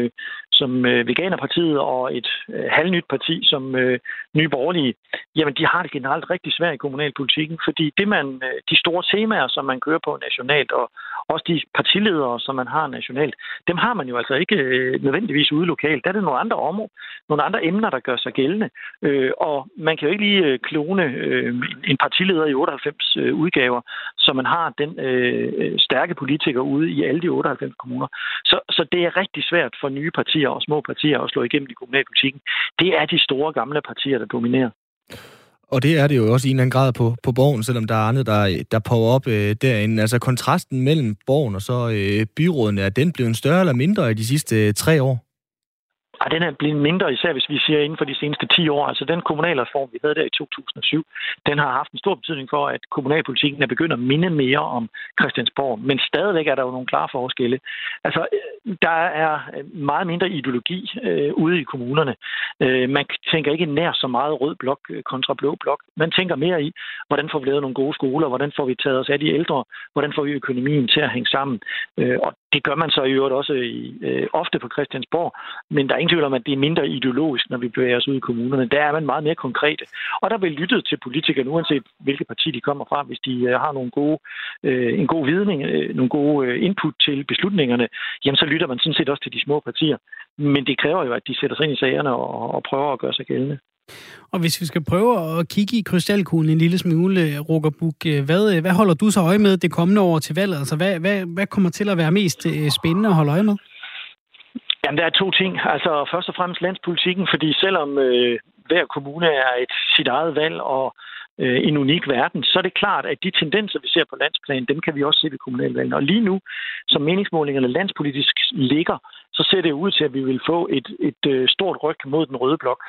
som Veganerpartiet og et halvnyt parti som Nye Borgerlige, jamen de har det generelt rigtig svært i kommunalpolitikken, fordi de store temaer, som man kører på nationalt, og også de partiledere, som man har nationalt, dem har man jo altså ikke nødvendigvis ude lokalt. Der er det nogle andre emner, der gør sig gældende. Og man kan jo ikke lige klone en partileder i 98 udgaver, så man har den stærke politiker ude i alle de 98 kommuner. Så det er rigtig svært for nye partier og små partier at slå igennem i kommunalpolitikken. Det er de store gamle partier, der dominerer. Og det er det jo også i en eller anden grad på Borgen, selvom der er andet, der popper op derinde. Altså kontrasten mellem Borgen og så byrådene, er den blevet større eller mindre i de sidste 3 år? Og den er blevet mindre, især hvis vi siger inden for de seneste 10 år. Altså den kommunalreform, vi havde der i 2007, den har haft en stor betydning for, at kommunalpolitikken er begyndt at minde mere om Christiansborg. Men stadigvæk er der jo nogle klare forskelle. Altså, der er meget mindre ideologi ude i kommunerne. Man tænker ikke nær så meget rød blok kontra blå blok. Man tænker mere i, hvordan får vi lavet nogle gode skoler, hvordan får vi taget os af de ældre, hvordan får vi økonomien til at hænge sammen. Og det gør man så i øvrigt også ofte på Christiansborg, men der er ingen tvivl om, at det er mindre ideologisk, når vi bevæger os ud i kommunerne. Der er man meget mere konkrete. Og der bliver lyttet til politikerne, uanset hvilket parti de kommer fra. Hvis de har en god vidning, nogle gode input til beslutningerne, jamen så lytter man sådan set også til de små partier. Men det kræver jo, at de sætter sig ind i sagerne og prøver at gøre sig gældende. Og hvis vi skal prøve at kigge i krystalkuglen en lille smule, Rukkerbuk, hvad holder du så øje med det kommende år til valget? Altså, hvad kommer til at være mest spændende at holde øje med? Jamen, der er 2 ting. Altså, først og fremmest landspolitikken, fordi selvom hver kommune er sit eget valg og en unik verden, så er det klart, at de tendenser, vi ser på landsplan, dem kan vi også se ved kommunalvalgene. Og lige nu, som meningsmålingerne landspolitisk ligger, så ser det ud til, at vi vil få et stort ryg mod den røde blok.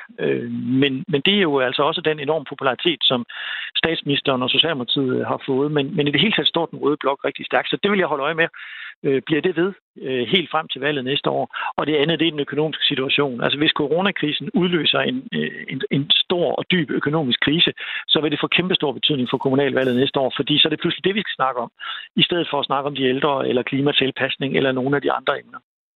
Men det er jo altså også den enorme popularitet, som statsministeren og Socialdemokratiet har fået. Men i det hele taget står den røde blok rigtig stærkt, så det vil jeg holde øje med. Bliver det ved helt frem til valget næste år? Og det andet, det er den økonomiske situation. Altså hvis coronakrisen udløser en stor og dyb økonomisk krise, så vil det få kæmpestor betydning for kommunalvalget næste år, fordi så er det pludselig det, vi skal snakke om, i stedet for at snakke om de ældre, eller klimatilpasning, eller nogle af de andre emner.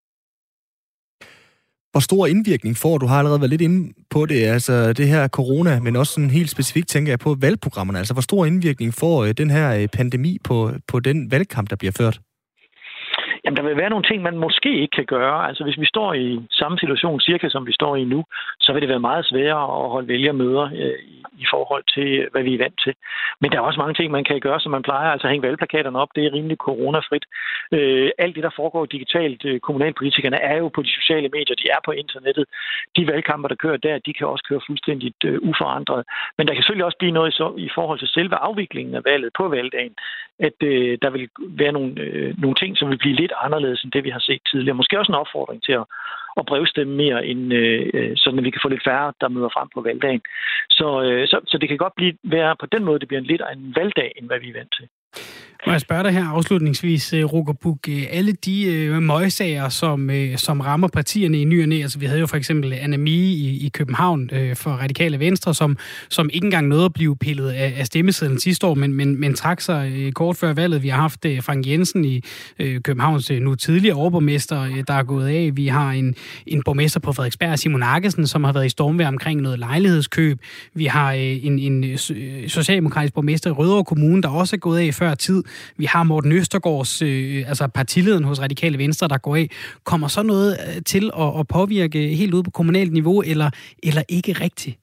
Hvor stor indvirkning får du? Har allerede været lidt inde på det, altså det her corona, men også sådan helt specifikt tænker jeg på valgprogrammerne. Altså hvor stor indvirkning får den her pandemi på den valgkamp, der bliver ført? Jamen, der vil være nogle ting, man måske ikke kan gøre. Altså, hvis vi står i samme situation, cirka som vi står i nu, så vil det være meget sværere at holde vælgermøder i forhold til, hvad vi er vant til. Men der er også mange ting, man kan gøre, som man plejer. Altså, hænge valgplakaterne op, det er rimelig coronafrit. Alt det, der foregår digitalt, kommunalpolitikerne er jo på de sociale medier, de er på internettet. De valgkamper, der kører der, de kan også køre fuldstændigt uforandret. Men der kan selvfølgelig også blive noget i forhold til selve afviklingen af valget på valgdagen, at der vil være nogle ting, som vil blive lidt anderledes end det, vi har set tidligere. Måske også en opfordring til at brevstemme mere, end sådan at vi kan få lidt færre, der møder frem på valgdagen. Så det kan godt være på den måde, det bliver lidt af en valgdag, end hvad vi er vant til. Må jeg spørge dig her afslutningsvis, Roger Buch, alle de møgsager, som rammer partierne i ny og næ, altså vi havde jo for eksempel Anna Mie i København for Radikale Venstre, som ikke engang nåede at blive pillet af stemmesedlen sidste år, men trak sig kort før valget. Vi har haft Frank Jensen i Københavns nu tidligere overborgmester, der er gået af. Vi har en borgmester på Frederiksberg, Simon Aggesen, som har været i stormvejr omkring noget lejlighedskøb. Vi har en socialdemokratisk borgmester i Rødovre Kommune, der også er gået af før tid. Vi har Morten Østergaards, altså partilederen hos Radikale Venstre, der går af. Kommer så noget til at påvirke helt ude på kommunalt niveau, eller ikke rigtigt?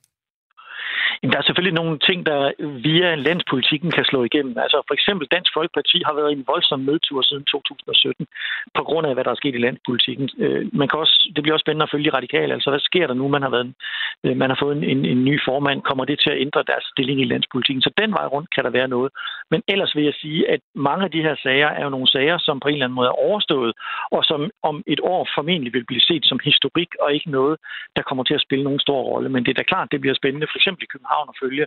Der er selvfølgelig nogle ting, der via landspolitikken kan slå igennem. Altså for eksempel Dansk Folkeparti har været i en voldsom nedtur siden 2017, på grund af, hvad der er sket i landspolitikken. Det bliver også spændende at følge de radikale. Altså hvad sker der nu? Man har fået en ny formand. Kommer det til at ændre deres stilling i landspolitikken? Så den vej rundt kan der være noget. Men ellers vil jeg sige, at mange af de her sager er jo nogle sager, som på en eller anden måde er overstået, og som om et år formentlig vil blive set som historik, og ikke noget, der kommer til at spille nogen stor rolle. Men det er da klart, det bliver spændende, for eksempel i København, at følge,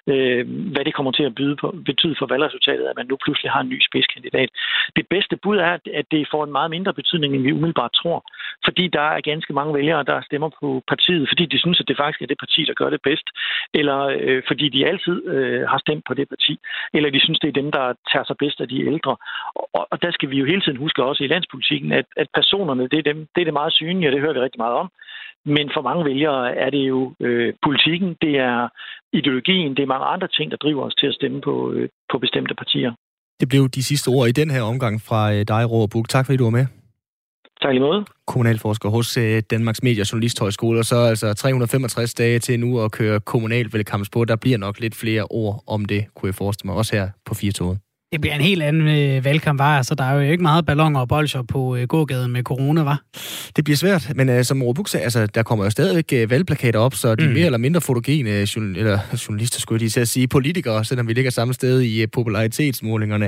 hvad det kommer til at betyde for valgresultatet, at man nu pludselig har en ny spidskandidat. Det bedste bud er, at det får en meget mindre betydning, end vi umiddelbart tror. Fordi der er ganske mange vælgere, der stemmer på partiet, fordi de synes, at det faktisk er det parti, der gør det bedst, eller fordi de altid har stemt på det parti, eller de synes, det er dem, der tager sig bedst af de ældre. Og der skal vi jo hele tiden huske også i landspolitikken, at personerne, det er det meget synlige, og det hører vi rigtig meget om. Men for mange vælgere er det jo politikken, det er ideologien, det er mange andre ting, der driver os til at stemme på bestemte partier. Det blev de sidste ord i den her omgang fra dig, Roger Buch. Tak fordi du var med. Tak i måde. Kommunalforsker hos Danmarks Medie- og Journalisthøjskole, og så altså 365 dage til nu at køre kommunalvalgkamp på. Der bliver nok lidt flere ord om det, kunne jeg forestille mig, også her på 4-toget. Det bliver en helt anden valgkamp, så der er jo ikke meget balloner og bolsjer på gågaden med corona, var? Det bliver svært, men som Roger Buch sagde, altså, der kommer jo stadigvæk valgplakater op, så de mere eller mindre fotogene journalister, skulle jeg til at sige, politikere, selvom vi ligger samme sted i popularitetsmålingerne,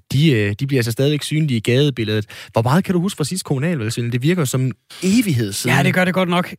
de bliver altså stadigvæk synlige i gadebilledet. Hvor meget kan du huske fra sidste kommunalvalg? Det virker jo som en evighed siden. Ja, det gør det godt nok.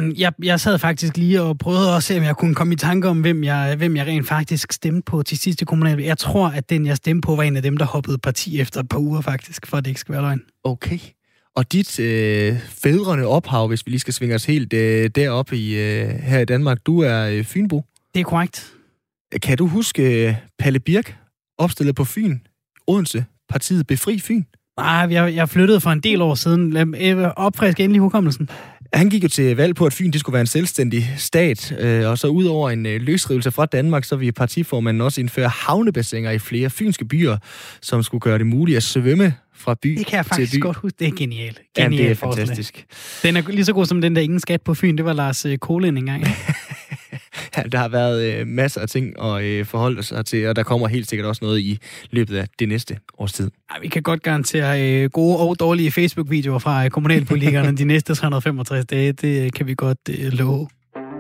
Jeg sad faktisk lige og prøvede at se, om jeg kunne komme i tanke om, hvem jeg rent faktisk stemte på til sidste kommunalvalg. Jeg tror, at den, jeg stemte på, var en af dem, der hoppede parti efter et par uger faktisk, for at det ikke skal være løgn. Okay. Og dit fædrende ophav, hvis vi lige skal svinge os helt derop her i Danmark, du er fynbo. Det er korrekt. Kan du huske Palle Birk, opstillet på Fyn, Odense, partiet Befri Fyn? Nej, jeg flyttede for en del år siden. Opfrisk endelig hukommelsen. Han gik jo til valg på, at Fyn det skulle være en selvstændig stat, og så ud over en løsrivelse fra Danmark, så vil partiformanden også indføre havnebassiner i flere fynske byer, som skulle gøre det muligt at svømme fra by til by. Det kan jeg faktisk godt huske. Det er genialt. Ja, det er fantastisk. Den er lige så god som den der ingen skat på Fyn. Det var Lars Kolind engang. Ja, der har været masser af ting at forholde sig til, og der kommer helt sikkert også noget i løbet af det næste års tid. Ja, vi kan godt garantere gode og dårlige Facebook-videoer fra kommunalpolitikerne de næste 365 dage. Det kan vi godt love.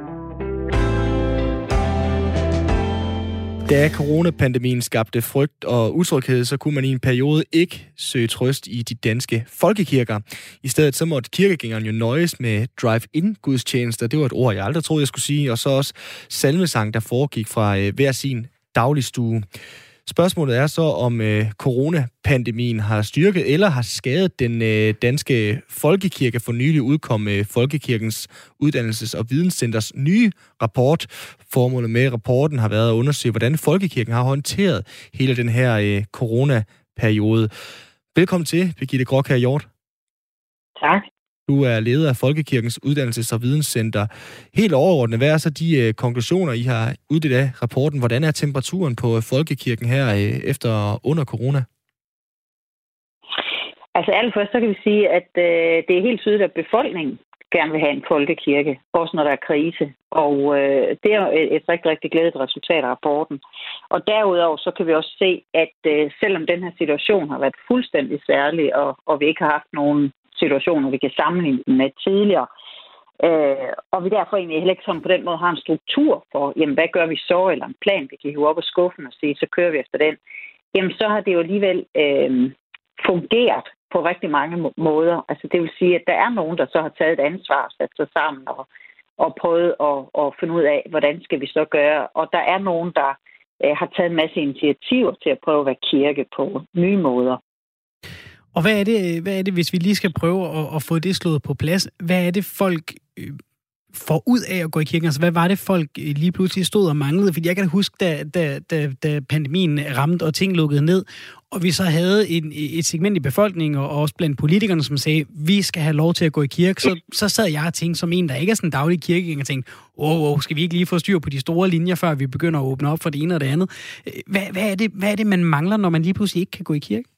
Da coronapandemien skabte frygt og utryghed, så kunne man i en periode ikke søge trøst i de danske folkekirker. I stedet så måtte kirkegængeren jo nøjes med drive-in-gudstjenester. Det var et ord, jeg aldrig troede, jeg skulle sige. Og så også salmesang, der foregik fra hver sin dagligstue. Spørgsmålet er så, om coronapandemien har styrket eller har skadet den danske folkekirke. For nylig udkom Folkekirkens Uddannelses- og Videnscenters nye rapport. Formålet med rapporten har været at undersøge, hvordan folkekirken har håndteret hele den her coronaperiode. Velkommen til, Birgitte Gråkjær Hjort. Tak. Du er leder af Folkekirkens Uddannelses- og Videnscenter. Helt overordnet, hvad er så de konklusioner, I har uddelt af rapporten? Hvordan er temperaturen på folkekirken her efter og under corona? Altså allerførst så kan vi sige, at det er helt tydeligt, at befolkningen gerne vil have en folkekirke, også når der er krise. Og det er et rigtig, rigtig glædeligt resultat af rapporten. Og derudover så kan vi også se, at selvom den her situation har været fuldstændig særlig, og vi ikke har haft nogen situationer, vi kan sammenligne den med tidligere. Og vi derfor egentlig heller ikke sådan på den måde har en struktur for, jamen hvad gør vi så, eller en plan, vi kan hive op af skuffen og sige, så kører vi efter den. Jamen så har det jo alligevel fungeret på rigtig mange måder. Altså det vil sige, at der er nogen, der så har taget et ansvar og sat sig sammen og prøvet at finde ud af, hvordan skal vi så gøre. Og der er nogen, der har taget en masse initiativer til at prøve at være kirke på nye måder. Og hvad er det, hvis vi lige skal prøve at få det slået på plads? Hvad er det, folk får ud af at gå i kirken? Altså, hvad var det, folk lige pludselig stod og manglede? Fordi jeg kan huske, da pandemien ramte, og ting lukkede ned, og vi så havde et segment i befolkningen, og også blandt politikerne, som sagde, vi skal have lov til at gå i kirke, så sad jeg og tænkte, som en, der ikke er sådan en daglig kirkegænger, og tænkte, skal vi ikke lige få styr på de store linjer, før vi begynder at åbne op for det ene og det andet? Hvad er det, man mangler, når man lige pludselig ikke kan gå i kirke?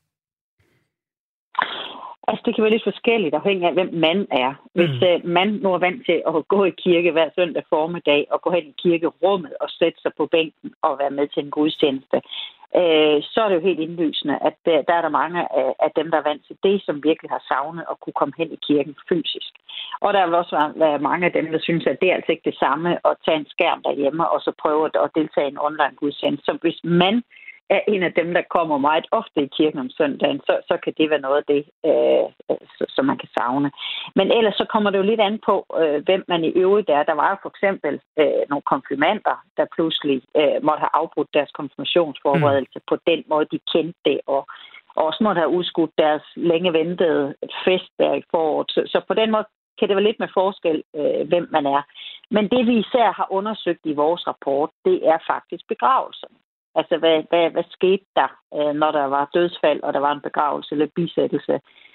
Altså, det kan være lidt forskelligt, afhængig af, hvem man er. Hvis man nu er vant til at gå i kirke hver søndag formiddag, og gå hen i kirkerummet og sætte sig på bænken og være med til en gudstjeneste, så er det jo helt indlysende, at der er der mange af dem, der er vant til det, som virkelig har savnet at kunne komme hen i kirken fysisk. Og der vil også være mange af dem, der synes, at det er altså ikke det samme at tage en skærm derhjemme og så prøve at deltage i en online gudstjeneste. Så hvis man er en af dem, der kommer meget ofte i kirken om søndagen, så kan det være noget af det, som man kan savne. Men ellers så kommer det jo lidt an på, hvem man i øvrigt er. Der var jo for eksempel nogle konfirmander, der pludselig måtte have afbrudt deres konfirmationsforberedelse på den måde, de kendte det, og også måtte have udskudt deres længe ventede fest der i foråret. Så på den måde kan det være lidt med forskel, hvem man er. Men det, vi især har undersøgt i vores rapport, det er faktisk begravelsen. Altså, hvad skete der, når der var dødsfald, og der var en begravelse eller bisættelse?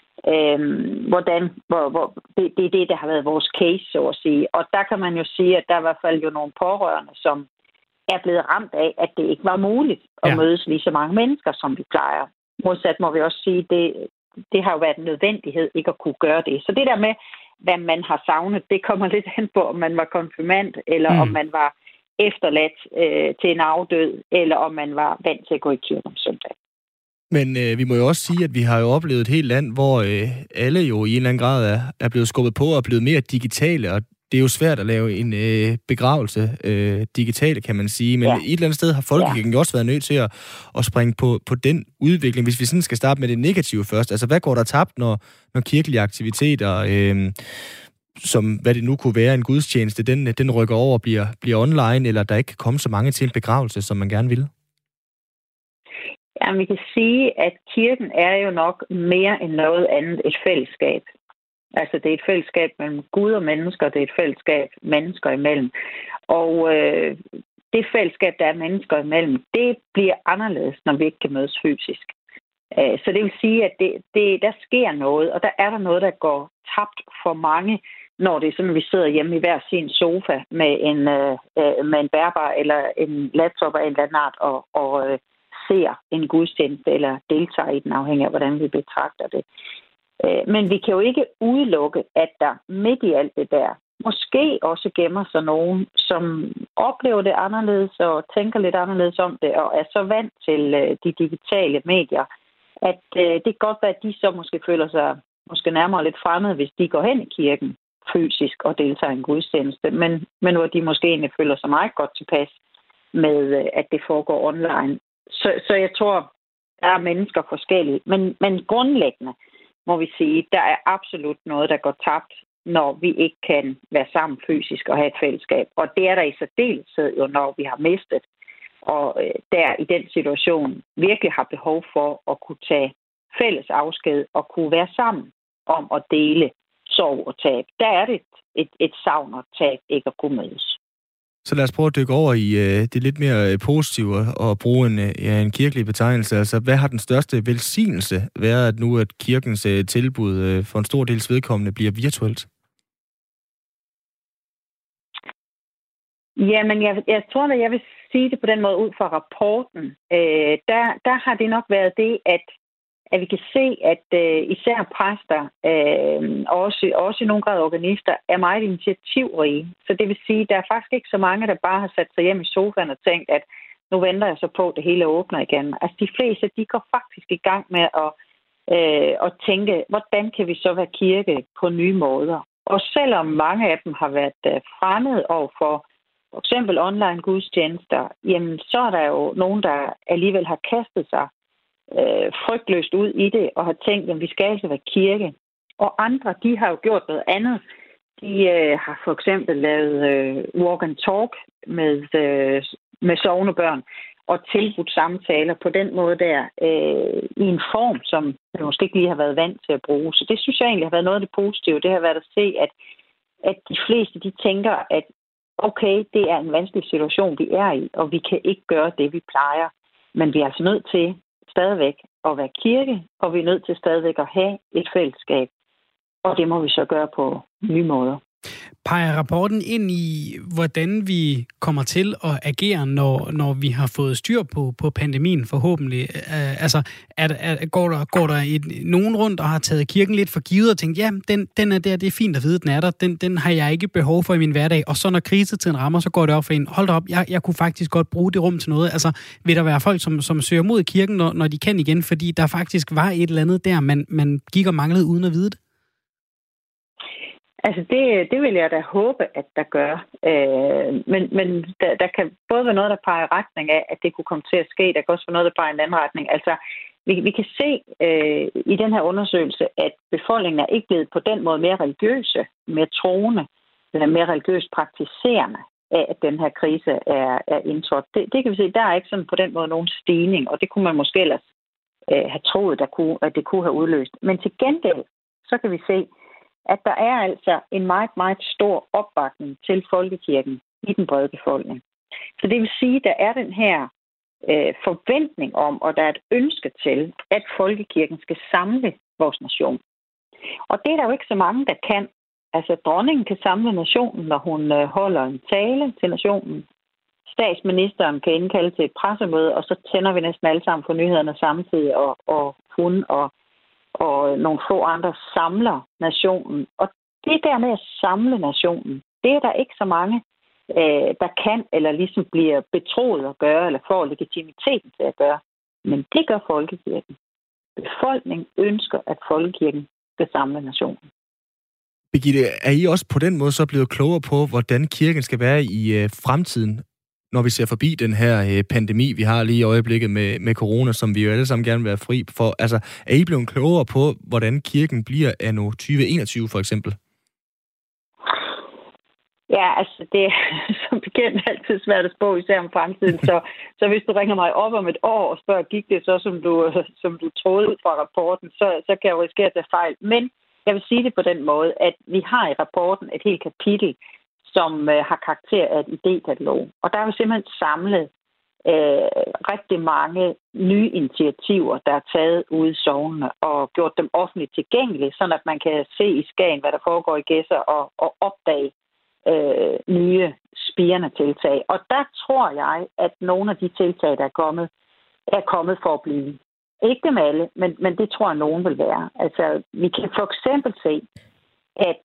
Det er det, der har været vores case, så at sige. Og der kan man jo sige, at der er i hvert fald jo nogle pårørende, som er blevet ramt af, at det ikke var muligt at mødes lige så mange mennesker, som vi plejer. Modsat må vi også sige, det har jo været en nødvendighed ikke at kunne gøre det. Så det der med, hvad man har savnet, det kommer lidt an på, om man var konfirmand, eller om man var efterladt til en afdød, eller om man var vant til at gå i kirke om søndag. Men vi må jo også sige, at vi har jo oplevet et helt land, hvor alle jo i en eller anden grad er blevet skubbet på og er blevet mere digitale, og det er jo svært at lave en begravelse digitale, kan man sige. Men et eller andet sted har folkekirken jo også været nødt til at springe på den udvikling. Hvis vi sådan skal starte med det negative først. Altså, hvad går der tabt, når kirkelige aktiviteter, som hvad det nu kunne være, en gudstjeneste, den rykker over og bliver online, eller der ikke kan komme så mange til en begravelse, som man gerne vil? Ja, vi kan sige, at kirken er jo nok mere end noget andet et fællesskab. Altså, det er et fællesskab mellem Gud og mennesker, det er et fællesskab mennesker imellem. Og det fællesskab, der er mennesker imellem, det bliver anderledes, når vi ikke kan mødes fysisk. Så det vil sige, at der sker noget, og der er der noget, der går tabt for mange, når det er sådan, at vi sidder hjemme i hver sin sofa med en bærbar eller en laptop af en eller anden art og ser en gudstjeneste eller deltager i den, afhængig af, hvordan vi betragter det. Men vi kan jo ikke udelukke, at der midt i alt det der måske også gemmer sig nogen, som oplever det anderledes og tænker lidt anderledes om det, og er så vant til de digitale medier, at det kan godt være, at de så måske føler sig måske nærmere lidt fremmede, hvis de går hen i kirken fysisk og deltager i en gudstjeneste, men hvor de måske egentlig føler sig meget godt tilpas med, at det foregår online. Så jeg tror, der er mennesker forskellige, men grundlæggende må vi sige, der er absolut noget, der går tabt, når vi ikke kan være sammen fysisk og have et fællesskab. Og det er der i særdeleshed jo, når vi har mistet, og der i den situation virkelig har behov for at kunne tage fælles afsked og kunne være sammen om at dele sorg og tab. Der er det et savn og tab ikke at kunne mødes. Så lad os prøve at dykke over i det lidt mere positive og bruge en kirkelig betegnelse. Altså, hvad har den største velsignelse været, at nu at kirkens tilbud for en stor dels vedkommende bliver virtuelt? Jamen, jeg tror, at jeg vil sige det på den måde ud fra rapporten. Der har det nok været det, at vi kan se, at især præster, også i nogle grad organister, er meget initiativrige. Så det vil sige, at der er faktisk ikke så mange, der bare har sat sig hjem i sofaen og tænkt, at nu venter jeg så på, at det hele åbner igen. Altså de fleste, de går faktisk i gang med at tænke, hvordan kan vi så være kirke på nye måder? Og selvom mange af dem har været fremmede over for eksempel online gudstjenester, jamen så er der jo nogen, der alligevel har kastet sig frygtløst ud i det og har tænkt, at vi skal altså være kirke. Og andre, de har jo gjort noget andet. De har for eksempel lavet walk and talk med sognebørn, og tilbudt samtaler på den måde der, i en form, som vi måske ikke lige har været vant til at bruge. Så det synes jeg egentlig har været noget af det positive. Det har været at se, at de fleste de tænker, at okay, det er en vanskelig situation, vi er i, og vi kan ikke gøre det, vi plejer. Men vi er altså nødt til stadigvæk at være kirke, og vi er nødt til stadigvæk at have et fællesskab. Og det må vi så gøre på nye måder. Peger rapporten ind i, hvordan vi kommer til at agere, når vi har fået styr på pandemien forhåbentlig? Altså, går der nogen rundt og har taget kirken lidt for givet og tænkt, ja, den er der, det er fint at vide, den er der, den har jeg ikke behov for i min hverdag, og så når krisetiden rammer, så går det op for en, hold da op, jeg kunne faktisk godt bruge det rum til noget. Altså, vil der være folk, som søger mod kirken, når de kan igen, fordi der faktisk var et eller andet der, man gik og manglede uden at vide det? Altså, det vil jeg da håbe, at der gør. Men der kan både være noget, der peger i retning af, at det kunne komme til at ske. Der kan også være noget, der peger i en anden retning. Altså, vi kan se i den her undersøgelse, at befolkningen er ikke blevet på den måde mere religiøse, mere troende, eller mere religiøst praktiserende af, at den her krise er indtrådt. Det kan vi se, der er ikke sådan på den måde nogen stigning, og det kunne man måske ellers have troet, at det kunne have udløst. Men til gengæld, så kan vi se, at der er altså en meget, meget stor opbakning til folkekirken i den brede befolkning. Så det vil sige, at der er den her forventning om, og der er et ønske til, at folkekirken skal samle vores nation. Og det er der jo ikke så mange, der kan. Altså, dronningen kan samle nationen, når hun holder en tale til nationen. Statsministeren kan indkalde til et pressemøde, og så tænder vi næsten alle sammen for nyhederne samtidig, og hun og nogle få andre samler nationen. Og det der med at samle nationen, det er der ikke så mange, der kan, eller ligesom bliver betroet at gøre, eller får legitimiteten til at gøre. Men det gør folkekirken. Befolkningen ønsker, at folkekirken skal samle nationen. Birgitte, er I også på den måde så blevet klogere på, hvordan kirken skal være i fremtiden, når vi ser forbi den her pandemi, vi har lige i øjeblikket med corona, som vi jo alle sammen gerne vil være fri for? Altså, er I blevet klogere på, hvordan kirken bliver anno 2021 for eksempel? Ja, altså det er som bekendt altid svært at spå, især om fremtiden. Så hvis du ringer mig op om et år og spørger, gik det så, som du troede fra rapporten, så kan jeg jo risikere at tage fejl. Men jeg vil sige det på den måde, at vi har i rapporten et helt kapitel, som har karakter af et idékatalog. Og der er jo simpelthen samlet rigtig mange nye initiativer, der er taget ude i sognene, og gjort dem offentligt tilgængelige, så at man kan se i Skagen, hvad der foregår i Gedser, og opdage nye spirende tiltag. Og der tror jeg, at nogle af de tiltag, der er kommet for at blive. Ikke dem alle, men det tror jeg, nogen vil være. Altså, vi kan for eksempel se, at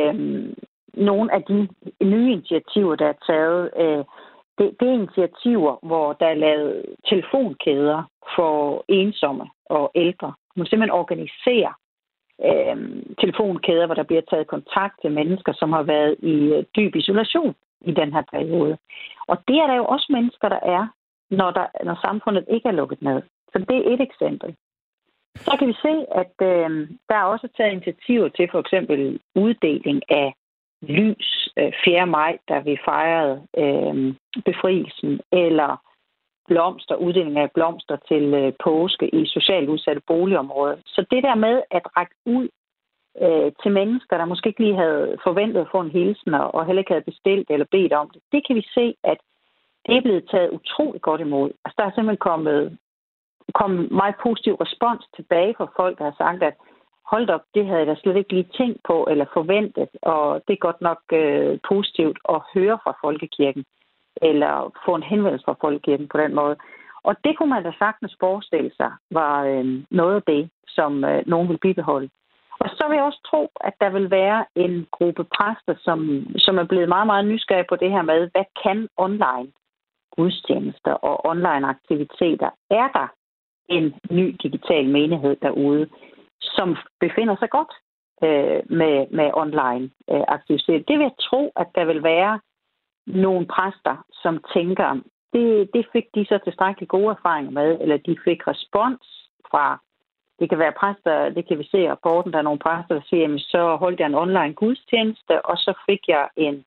nogle af de nye initiativer, der er taget, det er initiativer, hvor der er lavet telefonkæder for ensomme og ældre. Man simpelthen organiserer telefonkæder, hvor der bliver taget kontakt til mennesker, som har været i dyb isolation i den her periode. Og det er der jo også mennesker, der er, når samfundet ikke er lukket ned. Så det er et eksempel. Så kan vi se, at der er også taget initiativer til for eksempel uddeling af lys 4. maj, da vi fejrede befrielsen, eller blomster, uddeling af blomster til påske i socialt udsatte boligområder. Så det der med at række ud til mennesker, der måske ikke lige havde forventet at få en hilsen, og heller ikke havde bestilt eller bedt om det, det kan vi se, at det er blevet taget utroligt godt imod. Altså, der er simpelthen kommet meget positiv respons tilbage fra folk, der har sagt, at hold op, det havde jeg da slet ikke lige tænkt på eller forventet, og det er godt nok positivt at høre fra folkekirken, eller få en henvendelse fra folkekirken på den måde. Og det kunne man da sagtens forestille sig var noget af det, som nogen vil bibeholde. Og så vil jeg også tro, at der vil være en gruppe præster, som er blevet meget, meget nysgerrige på det her med, hvad kan online gudstjenester og online aktiviteter? Er der en ny digital menighed derude, som befinder sig godt med online aktiviteter? Det vil jeg tro, at der vil være nogle præster, som tænker, det fik de så tilstrækkeligt gode erfaringer med, eller de fik respons fra. Det kan være præster, det kan vi se i rapporten, der er nogle præster, der siger, jamen, så holdt jeg en online gudstjeneste, og så fik jeg en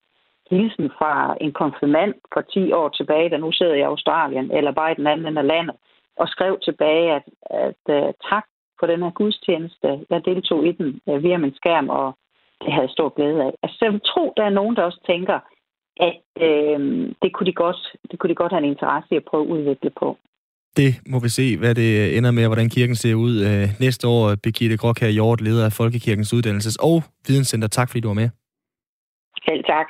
hilsen fra en konfirmand for 10 år tilbage, der nu sidder i Australien, eller bare i den anden ende af landet, og skrev tilbage, at tak for den her gudstjeneste. Jeg deltog i den via min skærm, og det havde jeg stor glæde af. Altså, jeg tror, der er nogen, der også tænker, at det kunne de godt have en interesse i at prøve at udvikle på. Det må vi se, hvad det ender med, og hvordan kirken ser ud næste år. Birgitte Gråkjær Hjort, leder af Folkekirkens Uddannelses- og Videnscenter. Tak fordi du var med. Selv tak.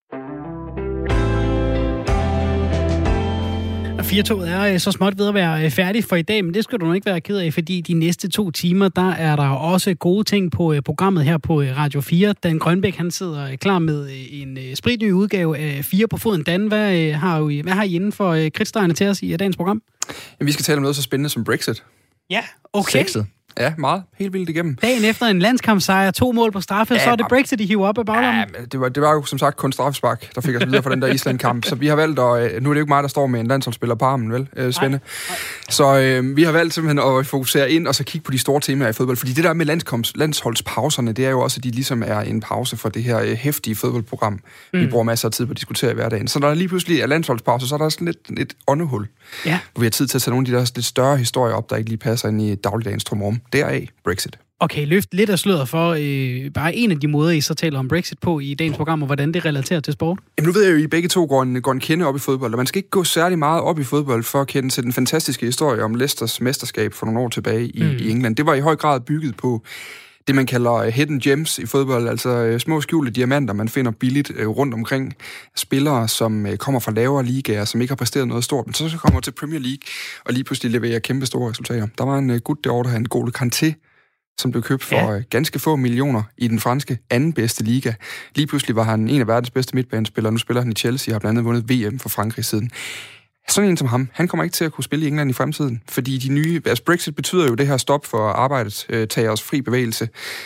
4-toget er så småt ved at være færdig for i dag, men det skal du nok ikke være ked af, fordi de næste 2 timer, der er der også gode ting på programmet her på Radio 4. Dan Grønbæk, han sidder klar med en spritny udgave af 4 på foden. Dan, hvad har I inden for kridtstregerne til os i dagens program? Jamen, vi skal tale om noget så spændende som Brexit. Ja, okay. Sexet. Ja, meget. Helt vildt igennem. Dagen efter en landskampsejr, 2 mål på straffe, så er det Brexit, de hiver op af baglommen. Ja, det var jo som sagt kun straffespark, der fik os videre fra den der Island-kamp. Så vi har valgt at... Nu er det jo ikke mig, der står med en landsholdsspiller på armen, vel, Svende? Nej. Så vi har valgt simpelthen at fokusere ind og så kigge på de store temaer i fodbold. Fordi det der med landsholdspauserne, det er jo også, at de ligesom er en pause for det her heftige fodboldprogram. Vi bruger masser af tid på at diskutere i hverdagen. Så når der lige pludselig er landsholdspause, så er der sådan lidt åndehul. Ja. Hvor vi har tid til at tage nogle af de der lidt større historier op, der ikke lige passer ind i dagligdagens trumrum. Deraf Brexit. Okay, løft lidt af sløret for bare en af de måder, I så taler om Brexit på i dagens program, og hvordan det relaterer til sport. Jamen, nu ved jeg jo, at I begge to går en kende op i fodbold, og man skal ikke gå særlig meget op i fodbold for at kende til den fantastiske historie om Leicesters mesterskab for nogle år tilbage i England. Det var i høj grad bygget på det, man kalder hidden gems i fodbold, altså små skjulte diamanter, man finder billigt rundt omkring. Spillere, som kommer fra lavere ligaer, som ikke har præsteret noget stort, men så kommer til Premier League, og lige pludselig leverer kæmpe store resultater. Der var en gut derovre, der havde en N'Golo Kanté, som blev købt for ganske få millioner i den franske anden bedste liga. Lige pludselig var han en af verdens bedste midtbanespillere, nu spiller han i Chelsea og har blandt andet vundet VM for Frankrig siden. Sådan en som ham, han kommer ikke til at kunne spille i England i fremtiden, fordi de nye... Altså Brexit betyder jo det her stop for arbejdstagers fri bevægelse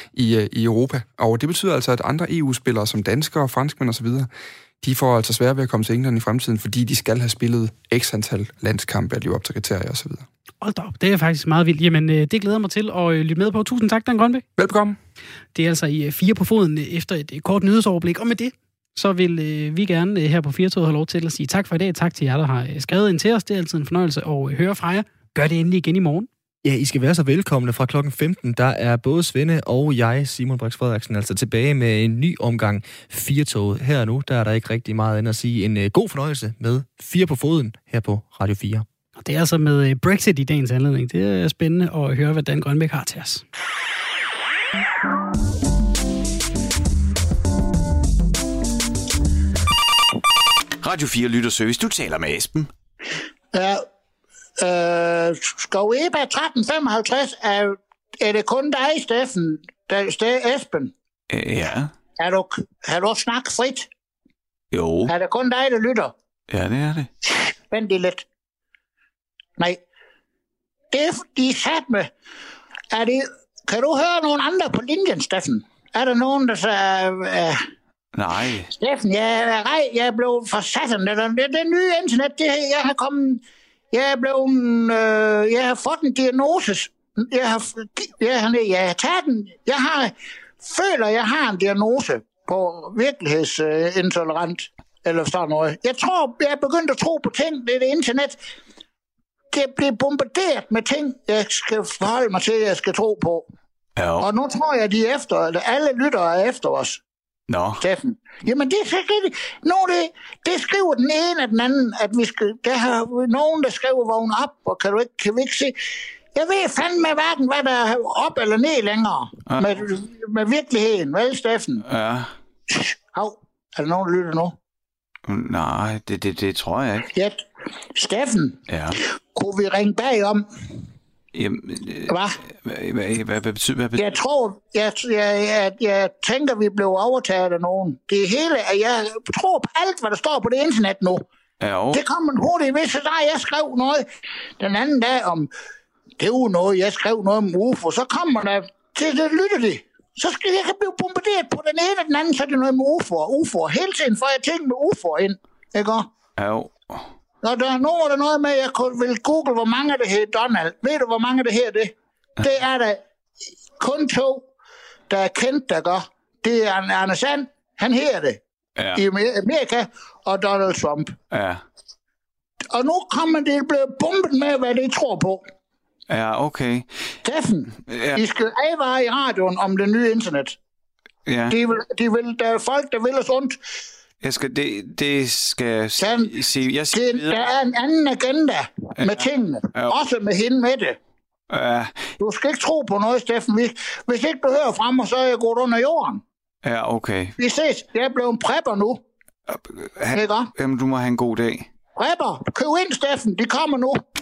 i Europa, og det betyder altså, at andre EU-spillere som danskere, franskmænd osv., de får altså svært ved at komme til England i fremtiden, fordi de skal have spillet x antal landskampe, at leve op til kriterier osv. Hold da op, det er faktisk meget vildt. Jamen, det glæder mig til at lytte med på. Tusind tak, Dan Grønbæk. Velbekomme. Det er altså i 4 på foden efter et kort nyhedsoverblik, og med det så vil vi gerne her på 4-toget have lov til at sige tak for i dag. Tak til jer, der har skrevet ind til os. Det er altid en fornøjelse at høre fra jer. Gør det endelig igen i morgen. Ja, I skal være så velkomne fra klokken 15. Der er både Svende og jeg, Simon Brix Frederiksen, altså tilbage med en ny omgang 4-toget. Her og nu, der er der ikke rigtig meget andet at sige. En god fornøjelse med 4 på foden her på Radio 4. Og det er altså med Brexit i dagens anledning. Det er spændende at høre, hvad Dan Grønbæk har til os. Radio 4 Lytterservice. Du taler med Esben. Ja, Skov Eba 1355, er det kun dig, Steffen? Esben? Ja. Har du snakket frit? Jo. Er det kun dig, der lytter? Ja, det er det. Vent lige lidt. Nej. Det er de sat med. Kan du høre nogen andre på linjen, Steffen? Er der nogen, der siger... Nej. Steffen, jeg blev for satan. Det nye internet, jeg har fået en diagnose. Jeg har taget den. Føler, jeg har en diagnose på virkelighedsintolerant, eller sådan noget. Jeg tror, jeg er begyndt at tro på ting. Det internet. Det bliver bombarderet med ting, jeg skal forholde mig til, jeg skal tro på. Ja. Og nu tror jeg, alle lyttere er efter os. Nå. Steffen. Jamen, det skriver den ene og den anden, at vi skal... Der er nogen, der skriver vågne op, og kan vi ikke se... Jeg ved fandme hverken, hvad der er op eller ned længere med virkeligheden, vel, Steffen? Ja. Hov, er der nogen, der lytter nu? Nej, det tror jeg ikke. Ja, Steffen. Ja. Kunne vi ringe bagom? Jamen, hvad betyder det? Jeg tænker, vi blev overtaget af nogen. Det hele, jeg tror på alt, hvad der står på det internet nu. Ja, det kommer man hurtigt, hvis jeg skrev noget den anden dag om, det var noget, jeg skrev noget om UFO, så kommer der til, det lytter de. Så skal jeg blive bombarderet på den ene og den anden, så er det noget med UFO'er. Hele tiden får jeg ting med UFO'er ind, ikke? Ja. Når nu er der noget med, at jeg vil google, hvor mange der hedder Donald. Ved du, hvor mange der hedder det? Det er der kun 2, der er kendt, der gør. Det er Arne Sand, han hedder det. i Amerika og Donald Trump. Ja. Og nu kommer det blevet bombet med, hvad de tror på. Ja, okay. Steffen, I skal advare i radioen om det nye internet. Ja. Der er folk, der vil os ondt. Det skal sige. Der er en anden agenda med tingene. Også med hende med det. Du skal ikke tro på noget, Steffen. Hvis ikke du hører fra mig, så er jeg gået under jorden. Ja, okay. Vi ses. Jeg er blevet en prepper nu. Jamen, du må have en god dag. Prepper, køb ind, Steffen. De kommer nu.